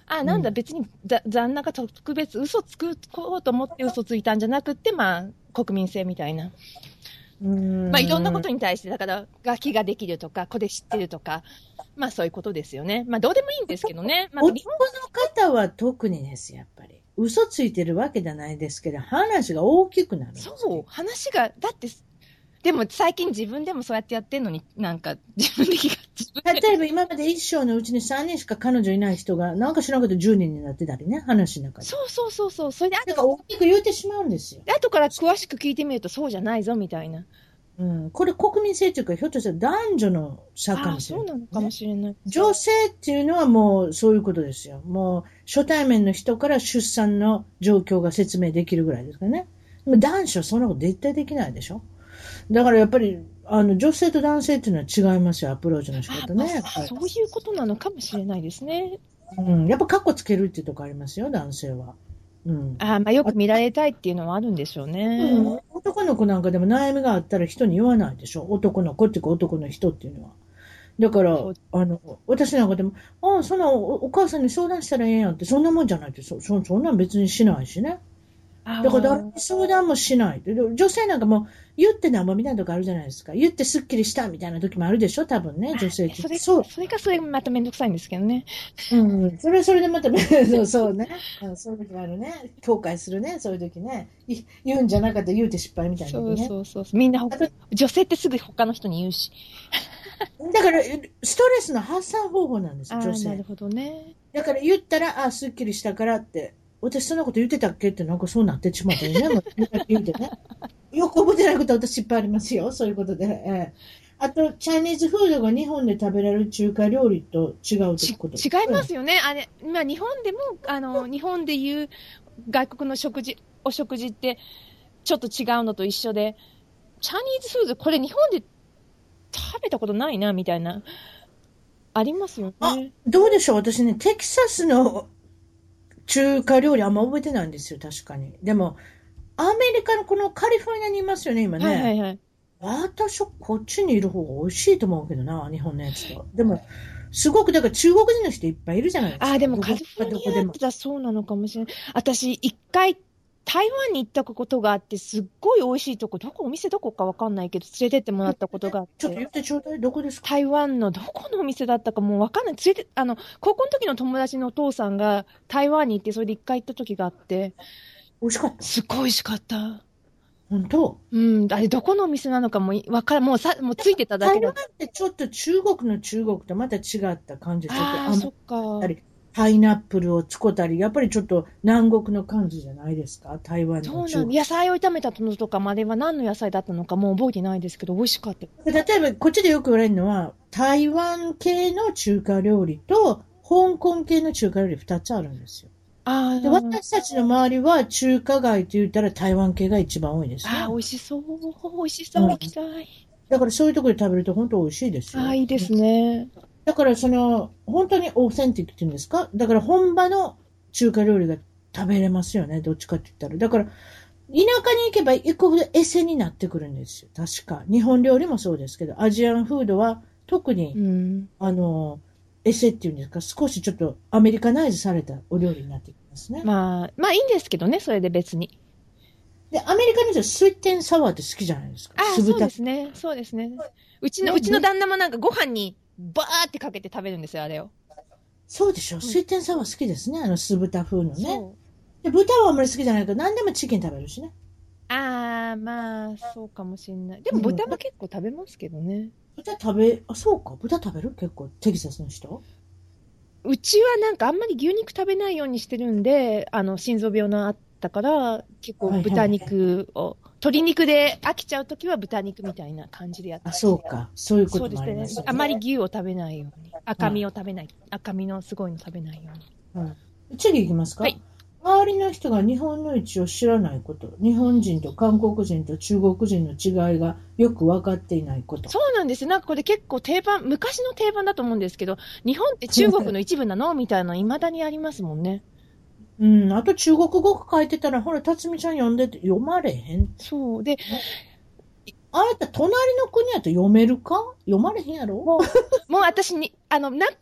あ、なんだ、別に、残高特別嘘つくこうと思って嘘ついたんじゃなくて、まあ、国民性みたいな。 うん。 まあ、いろんなことに対して、だから、楽器ができるとか、これ知ってるとか、まあ、そういうことですよね。まあ、どうでもいいんですけどね。まあ、 男の方は特にです、やっぱり。嘘ついてるわけじゃないですけど、話が大きくなるんです。 そう、話が、だって、でも最近自分でもそうやってやってんのに、なんか自分で気が自分で。 例えば今まで一生のうちにさんにんしか彼女いない人が、なんか知らんけどじゅうにんになってたりね、話の中で。 そうそうそうそう。それで、 だから大きく言うてしまうんですよ。 後から詳しく聞いてみるとそうじゃないぞ、みたいな。 うん。これ国民性というか、ひょっとしたら男女の差かもしれない、 ああ、そうなのかもしれない。 女性っていうのはもうそういうことですよ。もう初対面の人から出産の状況が説明できるぐらいですからね。でも男子はそんなこと絶対できないでしょ。だからやっぱり、あの、女性と男性っていうのは違いますよ、アプローチの仕方ね。 あ、そういうことなのかもしれないですね。 うん。やっぱカッコつけるっていうとこありますよ、男性は。うん。 あ、まあよく見られたいっていうのはあるんでしょうね。 うん。男の子なんかでも悩みがあったら人に言わないでしょ。男の子っていうか男の人っていうのは。だから、あの、私なんかでも、ああ、そんなお、お母さんに相談したらええやんって、そんなもんじゃないって、そ、そそんなん別にしないしね。だから誰に相談もしない。女性なんかも言ってなんぼみたいなとこあるじゃないですか。言ってスッキリしたみたいな時もあるでしょ、多分ね、女性って。 それ、 そう。 それかそれまためんどくさいんですけどね。 うん。それはそれでまた、そうそうね。そういう時もあるね。後悔するね、そういう時ね。言うんじゃなかったら言うて失敗みたいな、ね。 そうそうそう。みんな、女性ってすぐ他の人に言うし。 だから、ストレスの発散方法なんですよ、女性。 なるほどね。 だから言ったら、あ、スッキリしたからって、私そんなこと言ってたっけってなんかそうなってしまったよね。もう言うてね。よく覚えてないことは私いっぱいありますよ。そういうことで。ええ、あと、チャイニーズフードが日本で食べられる中華料理と違うってこと。 違いますよね。あれ、まあ日本でも、あの、日本でいう外国の食事、お食事ってちょっと違うのと一緒で、チャイニーズフード、これ日本で食べたことないな、みたいな、ありますよね。 あ、どうでしょう。私ね、テキサスの中華料理あんま覚えてないんですよ、確かに。でも、アメリカのこのカリフォルニアにいますよね、今ね。 はいはいはい。 私はこっちにいる方が美味しいと思うけどな、日本のやつと。でも、すごく、だから中国人の人いっぱいいるじゃないですか。 あ、でもカリフォルニアだったらそうなのかもしれない。私、一回、台湾に行ったことがあって、すっごい美味しいとこ、どこ、お店どこかわかんないけど、連れてってもらったことがあって。 ちょっと言ってちょうだい、どこですか？ 台湾のどこのお店だったかもうわかんない。連れて、あの、高校の時の友達のお父さんが台湾に行って、それで一回行った時があって。 美味しかった。 すっごい美味しかった。 本当？ うん、あれどこのお店なのかもわからん、もうさ、もうついてただけだ。 台湾ってちょっと中国の中国とまた違った感じ。 ああ、そっか。 パイナップルを使ったり、やっぱりちょっと南国の感じじゃないですか、台湾の中国。 そうなん野菜を炒めたのとかまでは何の野菜だったのかもう覚えてないですけど、美味しかった。 例えば、こっちでよく言われるのは、台湾系の中華料理と、香港系の中華料理二つあるんですよ。 あで私たちの周りは中華街と言ったら台湾系が一番多いですね。 ああ、美味しそう。美味しそう。行きたい。 だからそういうところで食べると本当美味しいですよ。 ああ、いいですね。 だからその、本当にオーセンティックっていうんですか？だから本場の中華料理が食べれますよね。どっちかって言ったら。だから、田舎に行けば行くほどエセになってくるんですよ。確か。日本料理もそうですけど、アジアンフードは特に、うん、あの、エセっていうんですか、少しちょっとアメリカナイズされたお料理になってきますね。 まあ、まあいいんですけどね、それで別に。 で、アメリカの人はスイート&サワーって好きじゃないですか。 ああ、そうですね。そうですね。うちの、ね、うちの旦那もなんかご飯にバーってかけて食べるんですよ、あれを。 そうでしょ。スイート&サワー好きですね。あの酢豚風のね。で豚はあんまり好きじゃないけど、何でもチキン食べるしね。 ああ、まあ、そうかもしれない。でも豚は結構食べますけどね。 うん、豚食べ、あ、そうか。豚食べる結構、テキサスの人？ うちはなんかあんまり牛肉食べないようにしてるんで、あの、心臓病のあったから、結構豚肉を、はいはいはい、鶏肉で飽きちゃうときは豚肉みたいな感じでやって。 あ、そうか。そういうこともありますね。 そうですね。あまり牛を食べないように。赤身を食べない。はい、赤身のすごいの食べないように。 はい、次行きますか？はい。周りの人が日本の位置を知らないこと。日本人と韓国人と中国人の違いがよく分かっていないこと。 そうなんです。なんかこれ結構定番、昔の定番だと思うんですけど、日本って中国の一部なのみたいなの未だにありますもんね。 うん、あと中国語書いてたら、ほら、辰巳ちゃん読んでて読まれへん。 そう。で、 あなた隣の国やと読めるか？読まれへんやろ？ もう、もう私に、あの、ナプキン、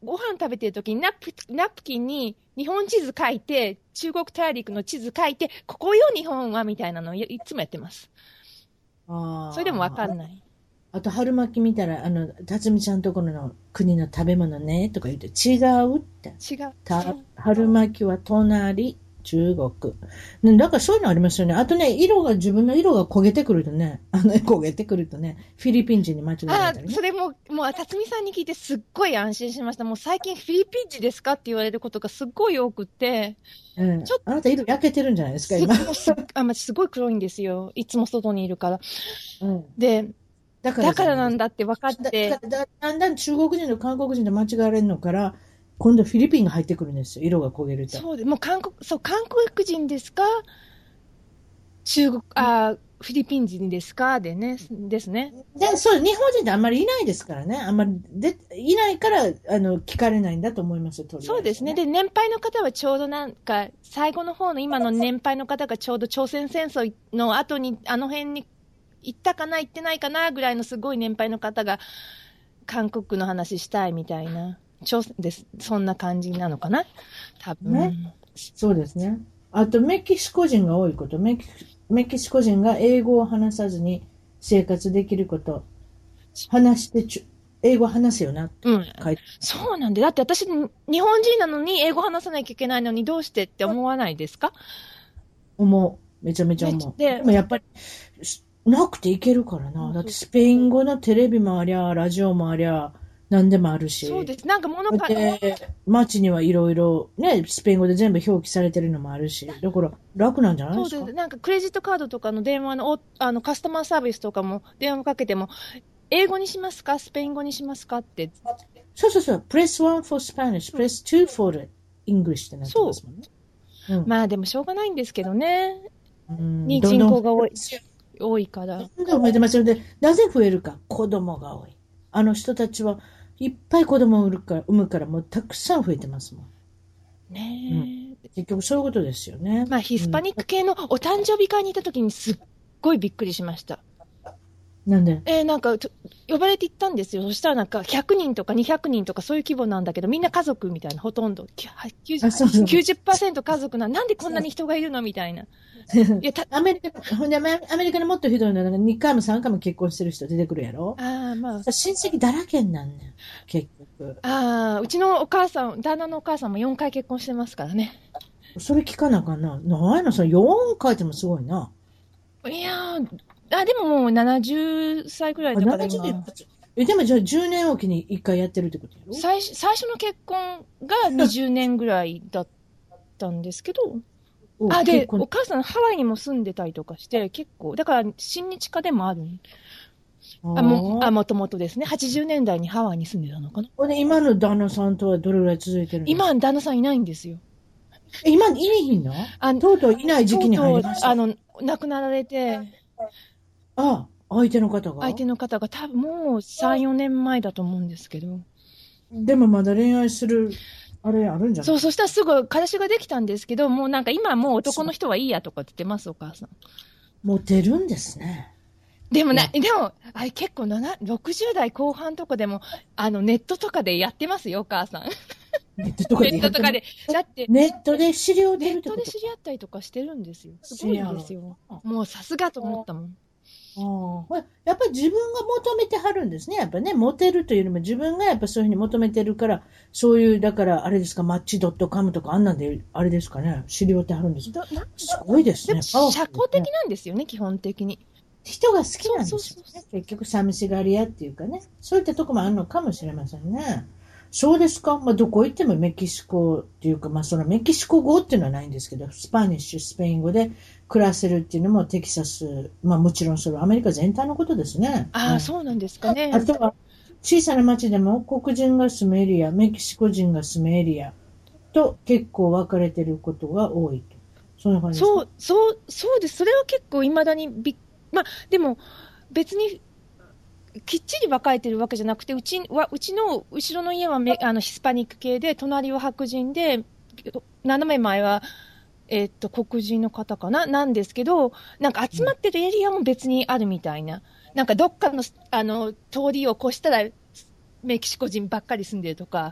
ご飯食べてる時にナプ、ナプキンに日本地図書いて、中国大陸の地図書いて、ここよ日本はみたいなのをい、いつもやってます。ああ。それでもわかんない。 あと、春巻き見たら、あの、辰巳ちゃんところの国の食べ物ね、とか言って、違うって。 違う。 た春巻きは隣、中国。だからそういうのありますよね。あとね、色が、自分の色が焦げてくるとね、あの、焦げてくるとね、フィリピン人に間違えられたり、ね。 あ、それも、もう、辰巳さんに聞いてすっごい安心しました。もう最近フィリピン人ですかって言われることがすっごい多くて。 うん。ちょっとあなた色焼けてるんじゃないですか、今。 すっあ、まあ、すごい黒いんですよ。いつも外にいるから。 うん。 で、だからだからなんだって分かって。 だだだんだん中国人と韓国人と間違われるのから、今度フィリピンが入ってくるんですよ。色が焦げると。 そうで、もう韓国、そう、韓国人ですか中国、あ、フィリピン人ですかでね、ですね。 で、そう、日本人ってあんまりいないですからね。あんまりで、いないから、あの、聞かれないんだと思いますよ、 ね、そうですね。で、年配の方はちょうどなんか、最後の方の今の年配の方がちょうど朝鮮戦争の後に、あの辺に行ったかな、行ってないかな、ぐらいのすごい年配の方が、韓国の話したいみたいな。朝鮮です。そんな感じなのかな多分。 ね。そうですね。あと、メキシコ人が多いこと。メキ、メキシコ人が英語を話さずに生活できること。話してちゅ、英語話すよなって書いて、うん。 そうなんで。だって私、日本人なのに英語話さなきゃいけないのにどうしてって思わないですか？ 思う。めちゃめちゃ思う。で, でもやっぱり、なくていけるからな。だってスペイン語のテレビもありゃ、ラジオもありゃ、何でもあるし。 そうです。なんか物か、 で、街にはいろいろね、スペイン語で全部表記されてるのもあるし、だから楽なんじゃないですか。 そうです。なんかクレジットカードとかの電話の、あの、カスタマーサービスとかも電話かけても、英語にしますかスペイン語にしますかって。 そうそうそう。プレスワン for Spanish, プレスツー for English ってなってますもんね。 そう。うん、まあでもしょうがないんですけどね。に人口が多い。多いから。 どんどん増えてますので、なぜ増えるか。子供が多い。あの人たちはいっぱい子供を産むから、産むからもうたくさん増えてますもん。 ねえ、 うん。結局そういうことですよね。 まあヒスパニック系のお誕生日会にいた時にすっごいびっくりしました。 なんでえー、なんか、呼ばれて行ったんですよ。そしたらなんかひゃくにんとかにひゃくにんとかそういう規模なんだけど、みんな家族みたいな、ほとんど。きゅうじゅう、きゅうじゅっパーセント 家族な、なんでこんなに人がいるのみたいな。いやたアメリカ、ほんでアメリカでもっとひどいのは、にかいもさんかいも結婚してる人出てくるやろ。 ああ、まあ。 親戚だらけになんねん、結局。 ああ、うちのお母さん、旦那のお母さんもよんかい結婚してますからね。 それ聞かなあかんな。なんやの、そのよんかいってもすごいな。 いやー、あ、でももうななじゅっさいくらいだから今。 え、でもじゃあじゅうねんおきにいっかいやってるってことやろ？ 最初、最初の結婚がにじゅうねんぐらいだったんですけど、あ、で、お母さんハワイにも住んでたりとかして、結構、だから親日家でもある。あ、も、あ、もともとですね。はちじゅうねんだいにハワイに住んでたのかな。 で、今の旦那さんとはどれぐらい続いてるの？ 今、旦那さんいないんですよ。 え、今、いないひんの？あ、とうとういない時期に入りました。 あの、亡くなられて。 あ、相手の方が相手の方が多分もうさん、よねんまえだと思うんですけど。 でもまだ恋愛する、あれあるんじゃない？ そう、そしたらすぐ彼氏ができたんですけど、もうなんか今もう男の人はいいやとかって言ってます、お母さん。 モテるんですね。 でもな、でも、あれ結構ろくじゅうだいこう半とかでも、あの、ネットとかでやってますよ、お母さん。 ネットとかでネットとかで。だって、 ネットで知り合ってるってこと？ ネットで知り合ったりとかしてるんですよ。すごいんですよ。もうさすがと思ったもん。 ああ、やっぱり自分が求めてはるんですね。やっぱね、モテるというよりも自分がやっぱそういうふうに求めてるから、そういう、だからあれですか、マッチドットカムとかあんなんで、あれですかね、知り合ってはるんですか？すごいですね。 でも社交的なんですよね、基本的に。 人が好きなんですよね。そうそうそう、結局寂しがり屋っていうかね、そういったとこもあるのかもしれませんね。そうですか。まあ、どこ行ってもメキシコっていうか、まあ、そのメキシコ語っていうのはないんですけど、スパニッシュ、スペイン語で暮らせるっていうのもテキサス、まあ、もちろんそれはアメリカ全体のことですね。 ああ、うん、そうなんですかね。 あとは、小さな町でも黒人が住むエリア、メキシコ人が住むエリアと結構分かれてることが多いと。そんな感じですか？ そう、そう、そうです。それは結構未だにびっ、まあ、でも別に、きっちり分かれてるわけじゃなくて、うちは、うちの後ろの家はメあのヒスパニック系で、隣は白人で、斜め前は、えー、っと、黒人の方かななんですけど、なんか集まってるエリアも別にあるみたいな。なんかどっかの、あの、通りを越したら、メキシコ人ばっかり住んでるとか、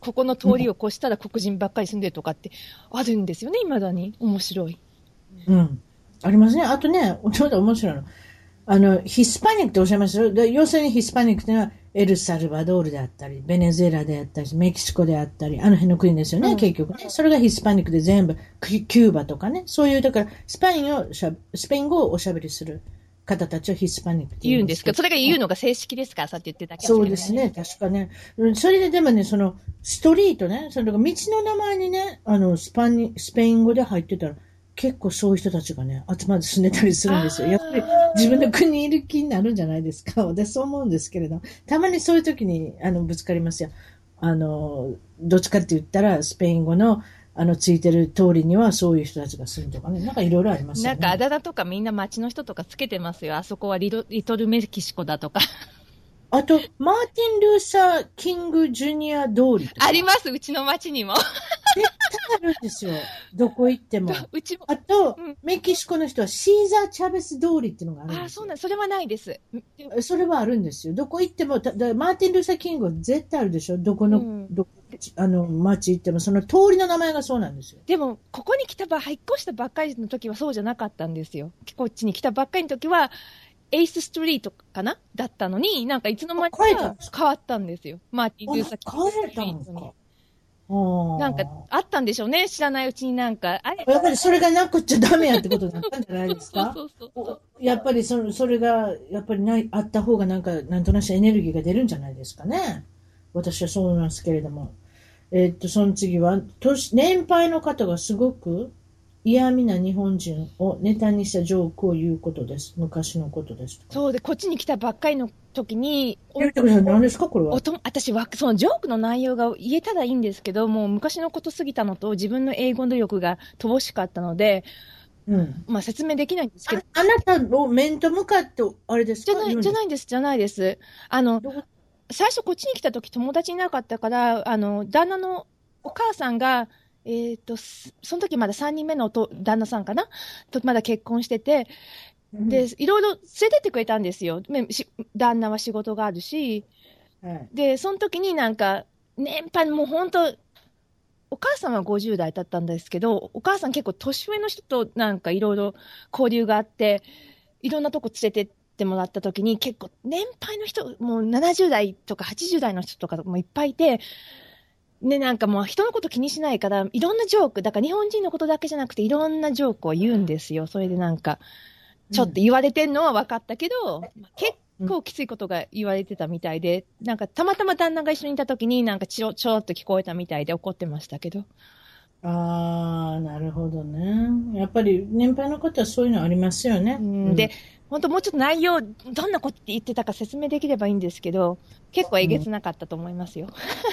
ここの通りを越したら黒人ばっかり住んでるとかってあるんですよね、未だに。面白い。 うん。ありますね。あとね、ちょっと面白いの。あの、ヒスパニックっておっしゃいますよ。要するにヒスパニックっていうのは、エルサルバドールであったり、ベネズエラであったり、メキシコであったり、あの辺の国ですよね、うん、結局ね。それがヒスパニックで全部、キューバとかね。そういう、だから、スペインをしゃ、スペイン語をおしゃべりする方たちをヒスパニックって言うんですか。それが言うのが正式ですか、さって言ってたけど、ね。そうですね、確かね。それででもね、その、ストリートね、その道の名前にね、あの、スパニ、スペイン語で入ってたら、結構そういう人たちがね、集まって住んでたりするんですよ。やっぱり自分の国にいる気になるんじゃないですか。私そう思うんですけれど。たまにそういう時に、あの、ぶつかりますよ。あの、どっちかって言ったら、スペイン語の、あの、ついてる通りにはそういう人たちが住むとかね。なんかいろいろありますよね。 なんかあだ名とかみんな街の人とかつけてますよ。あそこはリト、リトルメキシコだとか。 あと、マーティン・ルーサー・キング・ジュニア通りとか。 あります、うちの町にも。 絶対あるんですよ。どこ行っても。 うちも。 あと、うん、メキシコの人はシーザー・チャベス通りっていうのがあるんですよ。 あ、そうなん、それはないです。 それはあるんですよ。どこ行っても、だマーティン・ルーサー・キングは絶対あるでしょ。どこの、うん、どあの、町行っても、その通りの名前がそうなんですよ。 でも、ここに来たば、引っ越したばっかりの時はそうじゃなかったんですよ。こっちに来たばっかりの時は、エイスストリートかなだったのに、なんかいつの間にか変わったんですよ。マーティン・ルーサー・キングストリートに。なんかあったんでしょうね。知らないうちになんか。あれやっぱりそれがなくっちゃダメやってことだったんじゃないですか。そうそうそうそう、やっぱりそそれがやっぱりないあった方がなんかなんとなくエネルギーが出るんじゃないですかね。私はそう思いますけれども。えー、っとその次は年年配の方がすごく嫌味な日本人をネタにしたジョークを言うことです。昔のことです。 そうで、こっちに来たばっかりの時に、 言ってください。何ですかこれは。 おと私は、そのジョークの内容が言えたらいいんですけど、もう昔のことすぎたのと、自分の英語の力が乏しかったので、うん、まあ説明できないんですけど。 あ、あなたを面と向かって、あれですか？ じゃない、じゃないです、じゃないです。あの、最初こっちに来た時友達いなかったから、あの、旦那のお母さんが、えっと、その時まださんにんめの旦那さんかなと、まだ結婚してて、で、いろいろ連れてってくれたんですよ。旦那は仕事があるし。はい、で、その時になんか、年配のもう本当、お母さんはごじゅう代だったんですけど、お母さん結構年上の人となんかいろいろ交流があって、いろんなとこ連れてってもらった時に結構年配の人、もうななじゅう代とかはちじゅう代の人とかもいっぱいいて、ね、なんかもう人のこと気にしないから、いろんなジョーク、だから日本人のことだけじゃなくていろんなジョークを言うんですよ。それでなんか、ちょっと言われてんのは分かったけど、うん、結構きついことが言われてたみたいで、なんかたまたま旦那が一緒にいた時になんかちょ、ちょっと聞こえたみたいで怒ってましたけど。 ああ、なるほどね。やっぱり年配の方はそういうのありますよね。 うん、で、本当もうちょっと内容、どんなこと言ってたか説明できればいいんですけど、結構えげつなかったと思いますよ。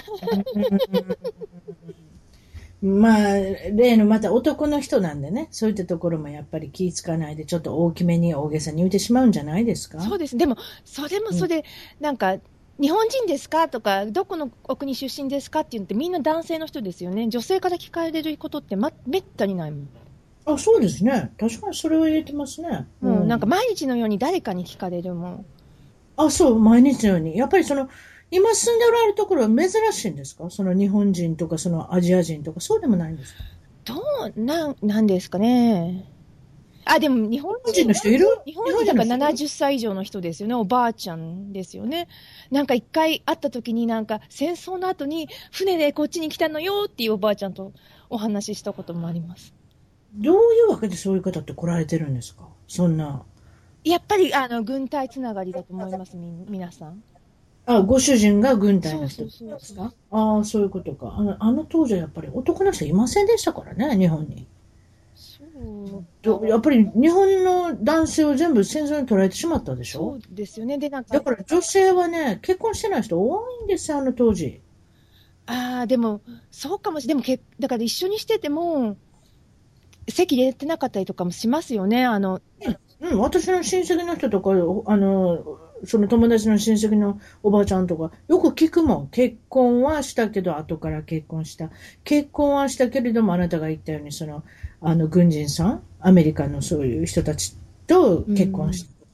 うん、まあ、例のまた男の人なんでね、そういったところもやっぱり気ぃつかないで、ちょっと大きめに大げさに言ってしまうんじゃないですか。 そうです。でも、それもそれ、うん、なんか、日本人ですかとか、どこのお国出身ですかって言ってみんな男性の人ですよね。女性から聞かれることって、ま、めったにないもん。 あ、そうですね。確かにそれを入れてますね。 うん、なんか毎日のように誰かに聞かれるもん。 あ、そう、毎日のように。やっぱりその、今住んでおられるところは珍しいんですか？その日本人とかそのアジア人とかそうでもないんですか？ どう、なん、なんですかね。あ、でも日本人の人いる？ 日本人だからななじゅっさい以上の人ですよね。おばあちゃんですよね。なんか一回会った時になんか戦争の後に船でこっちに来たのよっていうおばあちゃんとお話ししたこともあります。 どういうわけでそういう方って来られてるんですか？そんな。 やっぱりあの軍隊つながりだと思います、み、皆さん。 あ、ご主人が軍隊の人ですか？そうそうそうそう。ああ、そういうことか。あの、あの当時はやっぱり男の人いませんでしたからね、日本に。そう。やっぱり日本の男性を全部戦争に取られてしまったでしょ？ そうですよね。で、なんか。 だから女性はね、結婚してない人多いんですよ、あの当時。 ああ、でも、そうかもしれない。でもけ、だから一緒にしてても、籍入れてなかったりとかもしますよね、あの。 うん、私の親戚の人とか、あの、その友達の親戚のおばあちゃんとか、よく聞くもん。結婚はしたけど、後から結婚した。結婚はしたけれども、あなたが言ったように、その、あの、軍人さん、アメリカのそういう人たちと結婚した。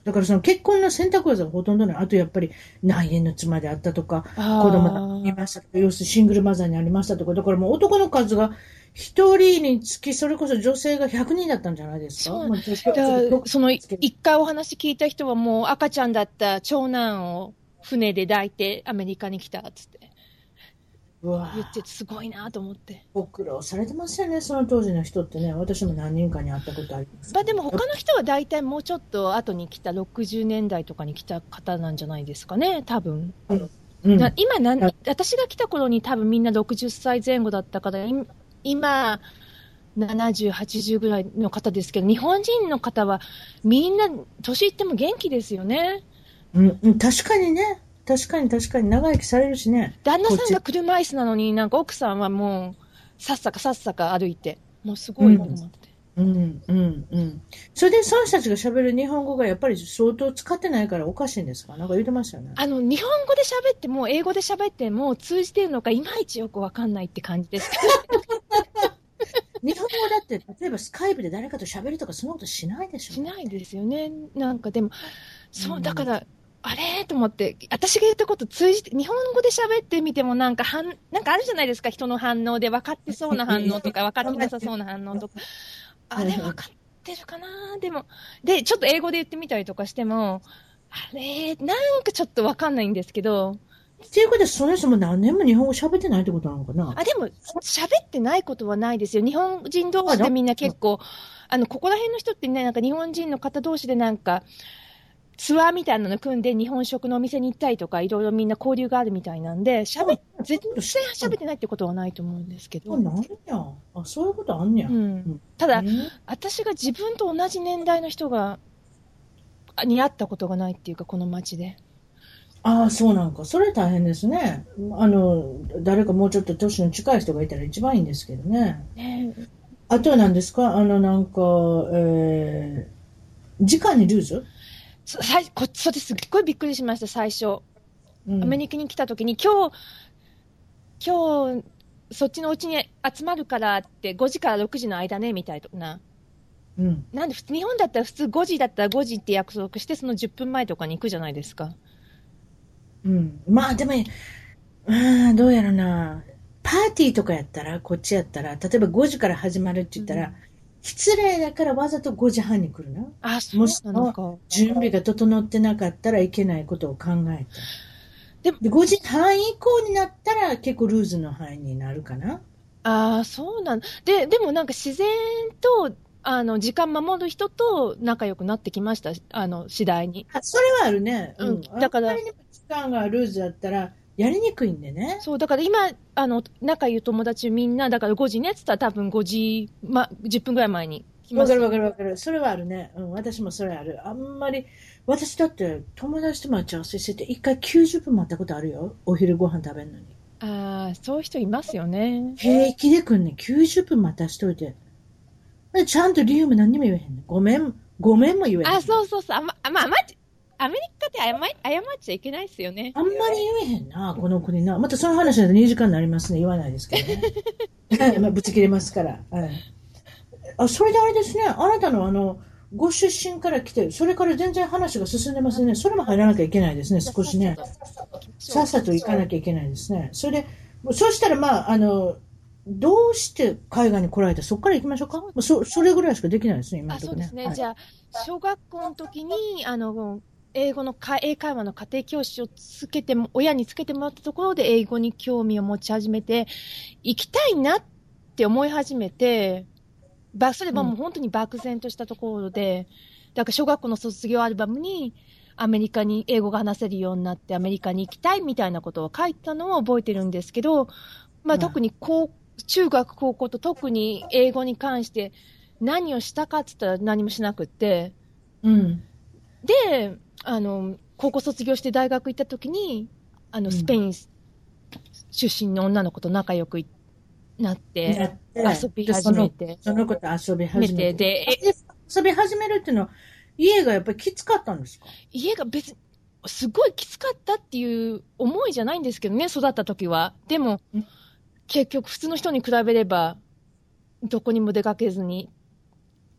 だからその結婚の選択肢はほとんどない。あとやっぱり内縁の妻であったとか、子供がいましたとか、要するにシングルマザーになりましたとか、だからもう男の数が一人につき、それこそ女性がひゃくにんだったんじゃないですか。そう、まあ、 だその一回お話聞いた人はもう赤ちゃんだった長男を船で抱いてアメリカに来たっつって。言ってすごいなと思って。 ご苦労されてますよね、その当時の人ってね。私も何人かに会ったことあります。 まあでも他の人は大体もうちょっと後に来たろくじゅうねんだいとかに来た方なんじゃないですかね、多分。うんうん、今な、私が来た頃に多分みんなろくじゅっさいぜん後だったから、今、ななじゅう、はちじゅうぐらいの方ですけど、日本人の方はみんな年いっても元気ですよね。 うん、確かにね。確かに確かに長生きされるしね。 旦那さんが車椅子なのに、なんか奥さんはもう、さっさかさっさか歩いて、もうすごいと思って。 うん、うん、うん、うん。それでその人たちが喋る日本語がやっぱり相当使ってないからおかしいんですか？なんか言ってましたよね。 あの、日本語で喋っても、英語で喋っても通じてるのかいまいちよくわかんないって感じですけど。 日本語だって、例えばスカイプで誰かと喋るとかそんなことしないでしょ？ しないですよね。なんかでも、そう、だから、うんあれと思って、私が言ったこと通じて、日本語で喋ってみてもなんか反、なんかあるじゃないですか、人の反応で分かってそうな反応とか、分かってなさそうな反応とか。あれ分かってるかなでも、で、ちょっと英語で言ってみたりとかしても、あれ、なんかちょっと分かんないんですけど。 っていうことで、その人も何年も日本語喋ってないってことなのかな？ あ、でも、喋ってないことはないですよ。日本人同士でみんな結構、あの、ここら辺の人ってね、なんか日本人の方同士でなんか、ツアーみたいなの組んで日本食のお店に行ったりとか、いろいろみんな交流があるみたいなんで、喋絶対喋ってないってことはないと思うんですけど。 あ、なんや。あ、そういうことあんねや。 うん。ただ、私が自分と同じ年代の人が、に会ったことがないっていうか、この街で。 ああ、そうなんか。それ大変ですね。あの、誰かもうちょっと年の近い人がいたら一番いいんですけどね。ねあとは何ですか？あの、なんか、えー、時間にルーズ？ そ、こそれすっごいびっくりしました、最初。うん、アメリカに来た時に、今日、今日、そっちのお家に集まるからって、ごじからろくじの間ね、みたいな。うん。なんで、日本だったら普通ごじだったらごじって約束して、そのじゅっぷんまえとかに行くじゃないですか。 うん。まあ、でも、ああ、どうやろな。パーティーとかやったら、こっちやったら、例えばごじから始まるって言ったら、うん、失礼だからわざとごじはんに来るな。 あ、そうなのか。 準備が整ってなかったらいけないことを考えて。で、ごじはん以降になったら結構ルーズの範囲になるかな。 ああ、そうなの。で、でもなんか自然と、あの、時間守る人と仲良くなってきました。あの、次第に。 あ、それはあるね。 うん。だから。 時間がルーズだったら、やりにくいんでね。 そう、だから今、あの、仲良い友達みんな、だからごじねって言ったら多分ごじ、ま、じゅっぷんぐらい前に来ます。 わかるわかるわかる。それはあるね。うん、私もそれある。あんまり、私だって友達と待ち合わせしてて、一回きゅうじゅっぷん待ったことあるよ。お昼ご飯食べるのに。 ああ、そういう人いますよね。 平気で来んね。きゅうじゅっぷん待たしといて。ちゃんと理由も何にも言えへんね。ごめん、ごめんも言えへん。 あ、そうそうそう。あ、ま、あ、まあ、ま、アメリカって謝、謝っちゃいけないですよね。 あんまり言えへんな、この国な。またその話だとにじかんになりますね。言わないですけどね。はい、まあ、ぶつ切れますから。はい。あ、それであれですね。あなたのあの、ご出身から来て、それから全然話が進んでますね。それも入らなきゃいけないですね。少しね。さっさと行かなきゃいけないですね。それで、そうしたらまあ、あの、どうして海外に来られて、そこから行きましょうか。そそれぐらいしかできないですね、今のところね。 あ、そうですね。はい、じゃあ、小学校の時に、あの、英語のか、英会話の家庭教師をつけても、親につけてもらったところで英語に興味を持ち始めて、行きたいなって思い始めて、ば、それはもう本当に漠然としたところで、うん、だから小学校の卒業アルバムに、アメリカに英語が話せるようになって、アメリカに行きたいみたいなことを書いたのを覚えてるんですけど、まあ、特に高、中学高校と特に英語に関して何をしたかって言ったら何もしなくって、 うん、 で、あの、高校卒業して大学行った時に、あの、スペイン出身の女の子と仲良くなって、遊び始めて。 その、その子と遊び始めて。で、遊び始めるっていうのは、家がやっぱりきつかったんですか？ 家が別に、すごいきつかったっていう思いじゃないんですけどね、育った時は。でも、結局普通の人に比べれば、どこにも出かけずに、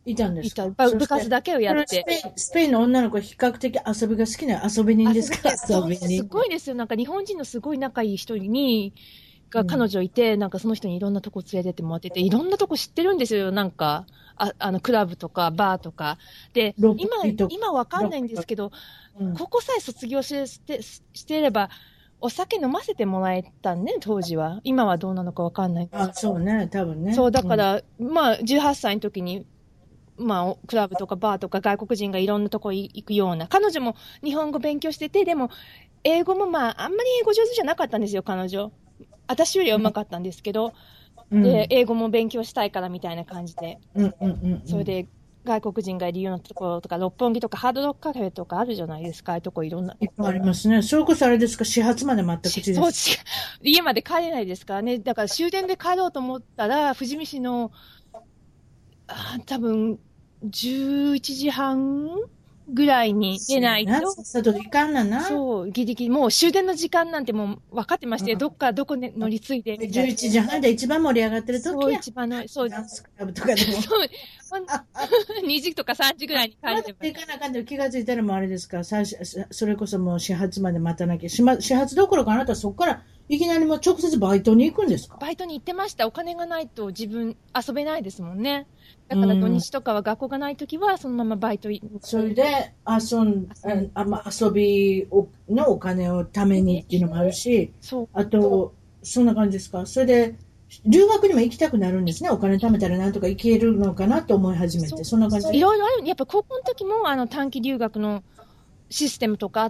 いたんですか？ いた。部活だけをやって。 スペイン、スペインの女の子は比較的遊びが好きな遊び人ですか？遊び人。 すごいですよ。なんか日本人のすごい仲いい人に、が彼女いて、うん、なんかその人にいろんなとこ連れてってもらってて、いろんなとこ知ってるんですよ。なんか、あ, あの、クラブとか、バーとか。で、今、今わかんないんですけど、うん、ここさえ卒業し て, していれば、お酒飲ませてもらえたね、当時は。今はどうなのかわかんない。 あ、そうね、多分ね。 そう、だから、うん、まあ、じゅうはっさいの時に、まあ、クラブとかバーとか外国人がいろんなとこ行くような。彼女も日本語勉強してて、でも、英語もまあ、あんまり英語上手じゃなかったんですよ、彼女。私よりは上手かったんですけど、うん、で、英語も勉強したいからみたいな感じで。 うんうんうんうん、 それで、外国人がいるようなところとか、六本木とかハードロックカフェとかあるじゃないですか、ああいうとこいろんな。 いっぱいありますね。それこそあれですか、始発まで待った口です。 そう、家まで帰れないですからね。だから終電で帰ろうと思ったら、富士見市の、あ多分、じゅういちじはんぐらいに出ないと。 さっさと時間なな。 そう、ギリギリ。もう終電の時間なんてもう分かってまして、うん、どっかどこで乗り継いで。 じゅういちじはんで一番盛り上がってる時や。 そう、一番の、そう。 ダンスクラブとかでも。 そう。にじとかさんじぐらいに帰ってます。行かなあかんで気がついたらもうあれですか、それこそもう始発まで待たなきゃ。始発どころかあなたそこからいきなりもう直接バイトに行くんですか？ バイトに行ってました。お金がないと自分遊べないですもんね。だから土日とかは学校がないときはそのままバイト行って。 それで遊ん、あ、まあ、遊びのお金をためにっていうのもあるし、 そうあと、そんな感じですか？それで、留学にも行きたくなるんですね。お金貯めたらなんとか行けるのかなと思い始めて。そんな感じで。 いろいろある。やっぱ高校の時もあの短期留学のシステムとかあって、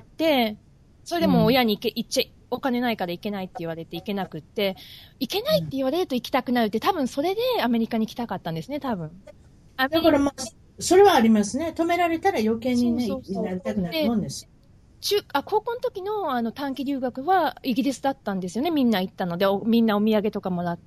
それでも親に行け、行っちゃ、お金ないから行けないって言われて行けなくって、行けないって言われると行きたくなるって、多分それでアメリカに来たかったんですね、多分。 だからまあ、それはありますね。止められたら余計にね、そうそうそうなりたくなるもんです。 中あ高校の時のあの短期留学はイギリスだったんですよね。みんな行ったので、みんなお土産とかもらって、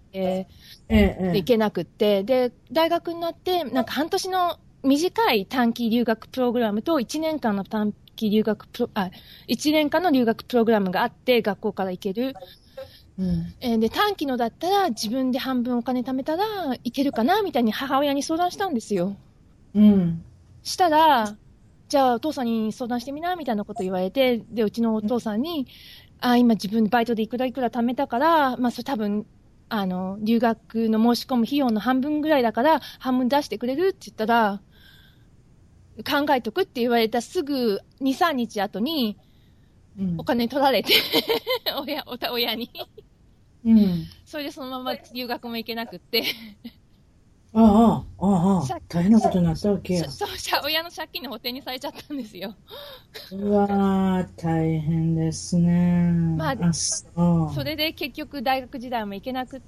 ええ、で行けなくって。で、大学になって、なんか半年の短い短期留学プログラムといちねんかんの短期留学プロ、あ、いちねんかんの留学プログラムがあって、学校から行ける。うん、えー、で、短期のだったら自分で半分お金貯めたらいけるかなみたいに母親に相談したんですよ。 うん。 したら、じゃあお父さんに相談してみなみたいなこと言われて、で、うちのお父さんに、あ、今自分バイトでいくらいくら貯めたから、まあ、それ多分、あの、留学の申し込む費用の半分ぐらいだから、半分出してくれるって言ったら、考えとくって言われたすぐに、さんにち後に、お金取られて、うん、親、親に。 うん。 それでそのまま留学も行けなくって。 ああ、ああ、大変なことになったわけや。 そう、親の借金の補填にされちゃったんですよ。 うわー、大変ですね。 まあ、 あ、そう。 それで結局大学時代も行けなくって、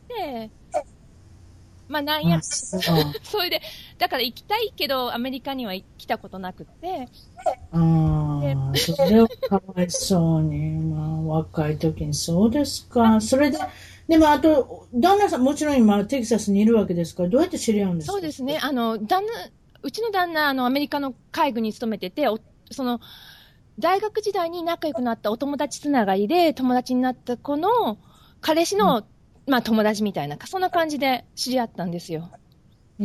まあなんや、 そ, それで、だから行きたいけどアメリカには来たことなくって、 ああ、それはかわいそうに、まあ若い時にそうですか。それで、でもあと、旦那さんもちろん今テキサスにいるわけですから、どうやって知り合うんですか？ そうですね。あの、旦那、うちの旦那、あの、アメリカの海軍に勤めてて、その、大学時代に仲良くなったお友達つながりで友達になった子の彼氏の、うん、まあ友達みたいな、そんな感じで知り合ったんですよ。 うん。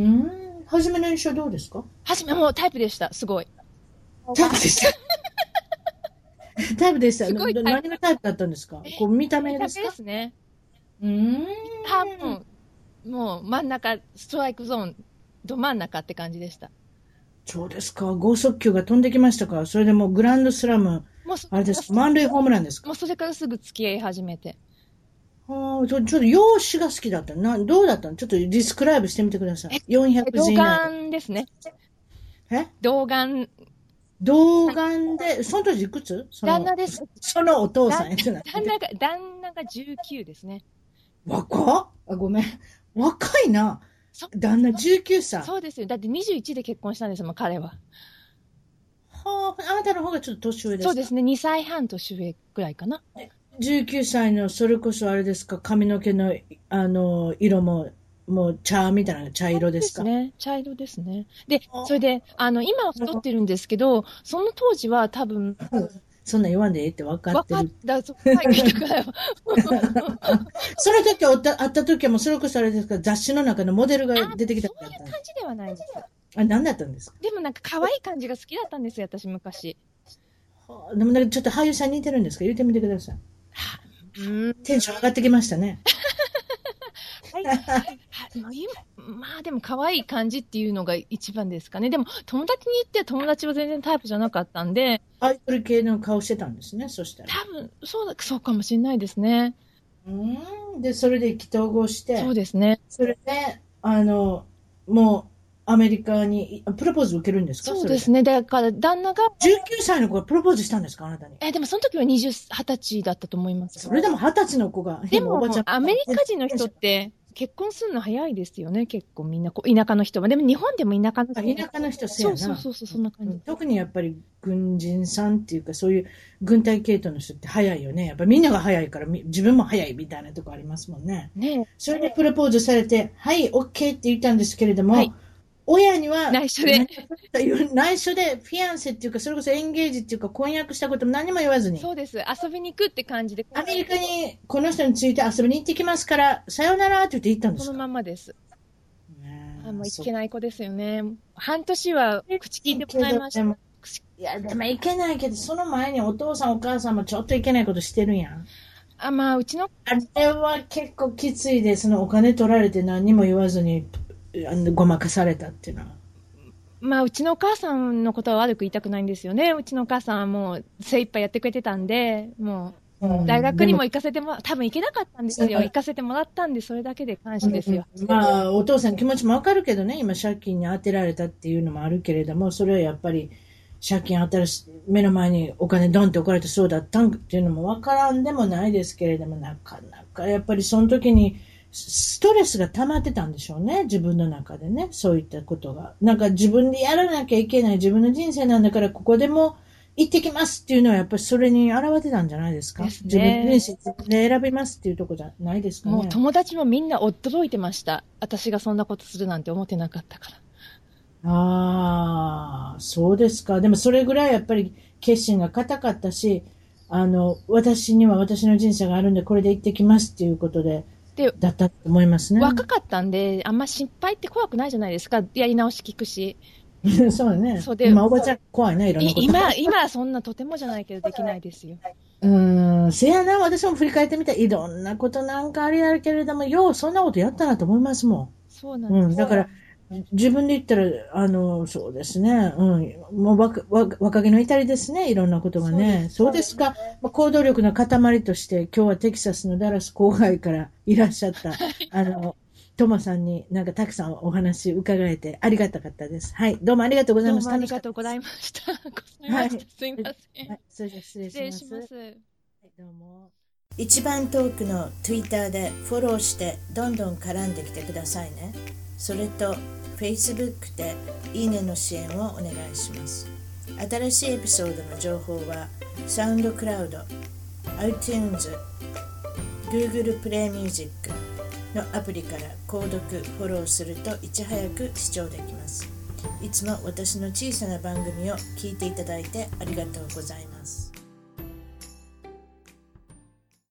初めの印象どうですか？ 初めもうタイプでした、すごい。 タイプでした。タイプでした。何がタイプだったんですか？こう見た目ですか？ 見た目ですね。 うーん。 多分、もう真ん中、ストライクゾーン、ど真ん中って感じでした。 そうですか。剛速球が飛んできましたか？それでもうグランドスラム、あれですか？満塁ホームランですか？ もうそれからすぐ付き合い始めて。 はあ、ちょ、ちょっと容姿が好きだったな。どうだったの？ちょっとディスクライブしてみてください。よんひゃくじ以内。 童顔ですね。 え？ 童顔。 童顔で、その当時いくつ？ 旦那です。 そのお父さんやつな。 旦那が、旦那がじゅうきゅうですね。 若っ？あ、ごめん。若いな。旦那じゅうきゅうさい。 そうですよ。だってにじゅういちで結婚したんですもん、彼は。 はあ、あなたの方がちょっと年上ですか？ そうですね。にさいはん年上くらいかな。 じゅうきゅうさいの、それこそあれですか、髪の毛の、あの、色も、もう茶みたいな、茶色ですか？ そうですね。茶色ですね。で、それで、あの、今は太ってるんですけど、その当時は多分、 そんな言わんでええって分かってる。 分かった、そう、はい、だからその時会った、会った時はもうそれこそあれですか、雑誌の中のモデルが出てきたそういう感じではないんです。 あ、何だったんですか？ でもなんか可愛い感じが好きだったんですよ、私昔。 はあ、でもなんかちょっと俳優さんに似てるんですか？言ってみてください。 はうんテンション上がってきましたね。 はい、はい、もう今まあでも可愛い感じっていうのが一番ですかね。でも友達に言って友達は全然タイプじゃなかったんで。 アイドル系の顔してたんですね、そしたら。 多分、そうだ、そうかもしれないですね。 うん。で、それで意気投合して、 そうですね。 それで、あの、もう、アメリカに、プロポーズ受けるんですか？ そうですね。だから、旦那が。 じゅうきゅうさいの子がプロポーズしたんですか？あなたに。 え、でもその時はにじゅう、はたちだったと思います。 それでもはたちの子が。 でも、アメリカ人の人って、結婚するの早いですよね、結構みんな、田舎の人は。でも日本でも田舎の人。田舎の人、そうそうそうそう、そんな感じ。 特にやっぱり軍人さんっていうか、そういう軍隊系統の人って早いよね。やっぱみんなが早いから、自分も早いみたいなとこありますもんね。 ね。 それでプロポーズされて、はい、オッケーって言ったんですけれども、はい、親には内緒で、 内緒でフィアンセっていうか、それこそエンゲージっていうか、婚約したことも何も言わずに。 そうです。遊びに行くって感じで。 アメリカにこの人について遊びに行ってきますから、さよならって言って行ったんですか？ そのままです。あ、もういけない子ですよね。半年は口聞いてもらいました。いや、でもいけないけど、その前にお父さんお母さんもちょっといけないことしてるやん。 あ、まあ、うちの。 あれは結構きついで、そのお金取られて何にも言わずに、ごまかされたっていうのは。 まあ、うちのお母さんのことは悪く言いたくないんですよね。うちのお母さんはもう精一杯やってくれてたんで、もう、うん、大学にも行かせてもら、多分行けなかったんですよ。行かせてもらったんで、それだけで感謝ですよ。 うん、まあ、お父さんの気持ちもわかるけどね、今借金に当てられたっていうのもあるけれども、それはやっぱり借金当たるし、目の前にお金ドンって置かれてそうだったんっていうのもわからんでもないですけれども、なかなかやっぱりその時に、ストレスが溜まってたんでしょうね。自分の中でね。そういったことが。なんか自分でやらなきゃいけない自分の人生なんだから、ここでも行ってきますっていうのはやっぱりそれに表れてたんじゃないですか。 ですね、 自分の人生で選びますっていうところじゃないですかね。 もう友達もみんな驚いてました。私がそんなことするなんて思ってなかったから。 ああ、そうですか。でもそれぐらいやっぱり決心が固かったし、あの、私には私の人生があるんでこれで行ってきますっていうことで、でだったと思いますね。 若かったんで、あんま失敗って怖くないじゃないですか。やり直し聞くし。 そうね。そうで今、おばちゃん怖いね、いろんなこと。 今、今はそんなとてもじゃないけどできないですよ。 うーん、せやな、私も振り返ってみたらいろんなことなんかありあるけれども、ようそんなことやったなと思いますもん。 そうなんです。うん、 だから、自分で言ったら、あの、そうですね。うん。もう若、若気の至りですね。いろんなことがね。そうですか。まあ、行動力の塊として、今日はテキサスのダラス郊外からいらっしゃった、あの、トマさんになんかたくさんお話伺えてありがたかったです。はい。どうもありがとうございました。 どうもありがとうございました。はい、すいません。はい、 それじゃ失礼します。 失礼します。はい、 どうも。一番トークの Twitter でフォローしてどんどん絡んできてくださいね。それと Facebook でいいねの支援をお願いします。新しいエピソードの情報は SoundCloud、iTunes、Google プレイミュージックのアプリから購読、フォローするといち早く視聴できます。いつも私の小さな番組を聞いていただいてありがとうございます。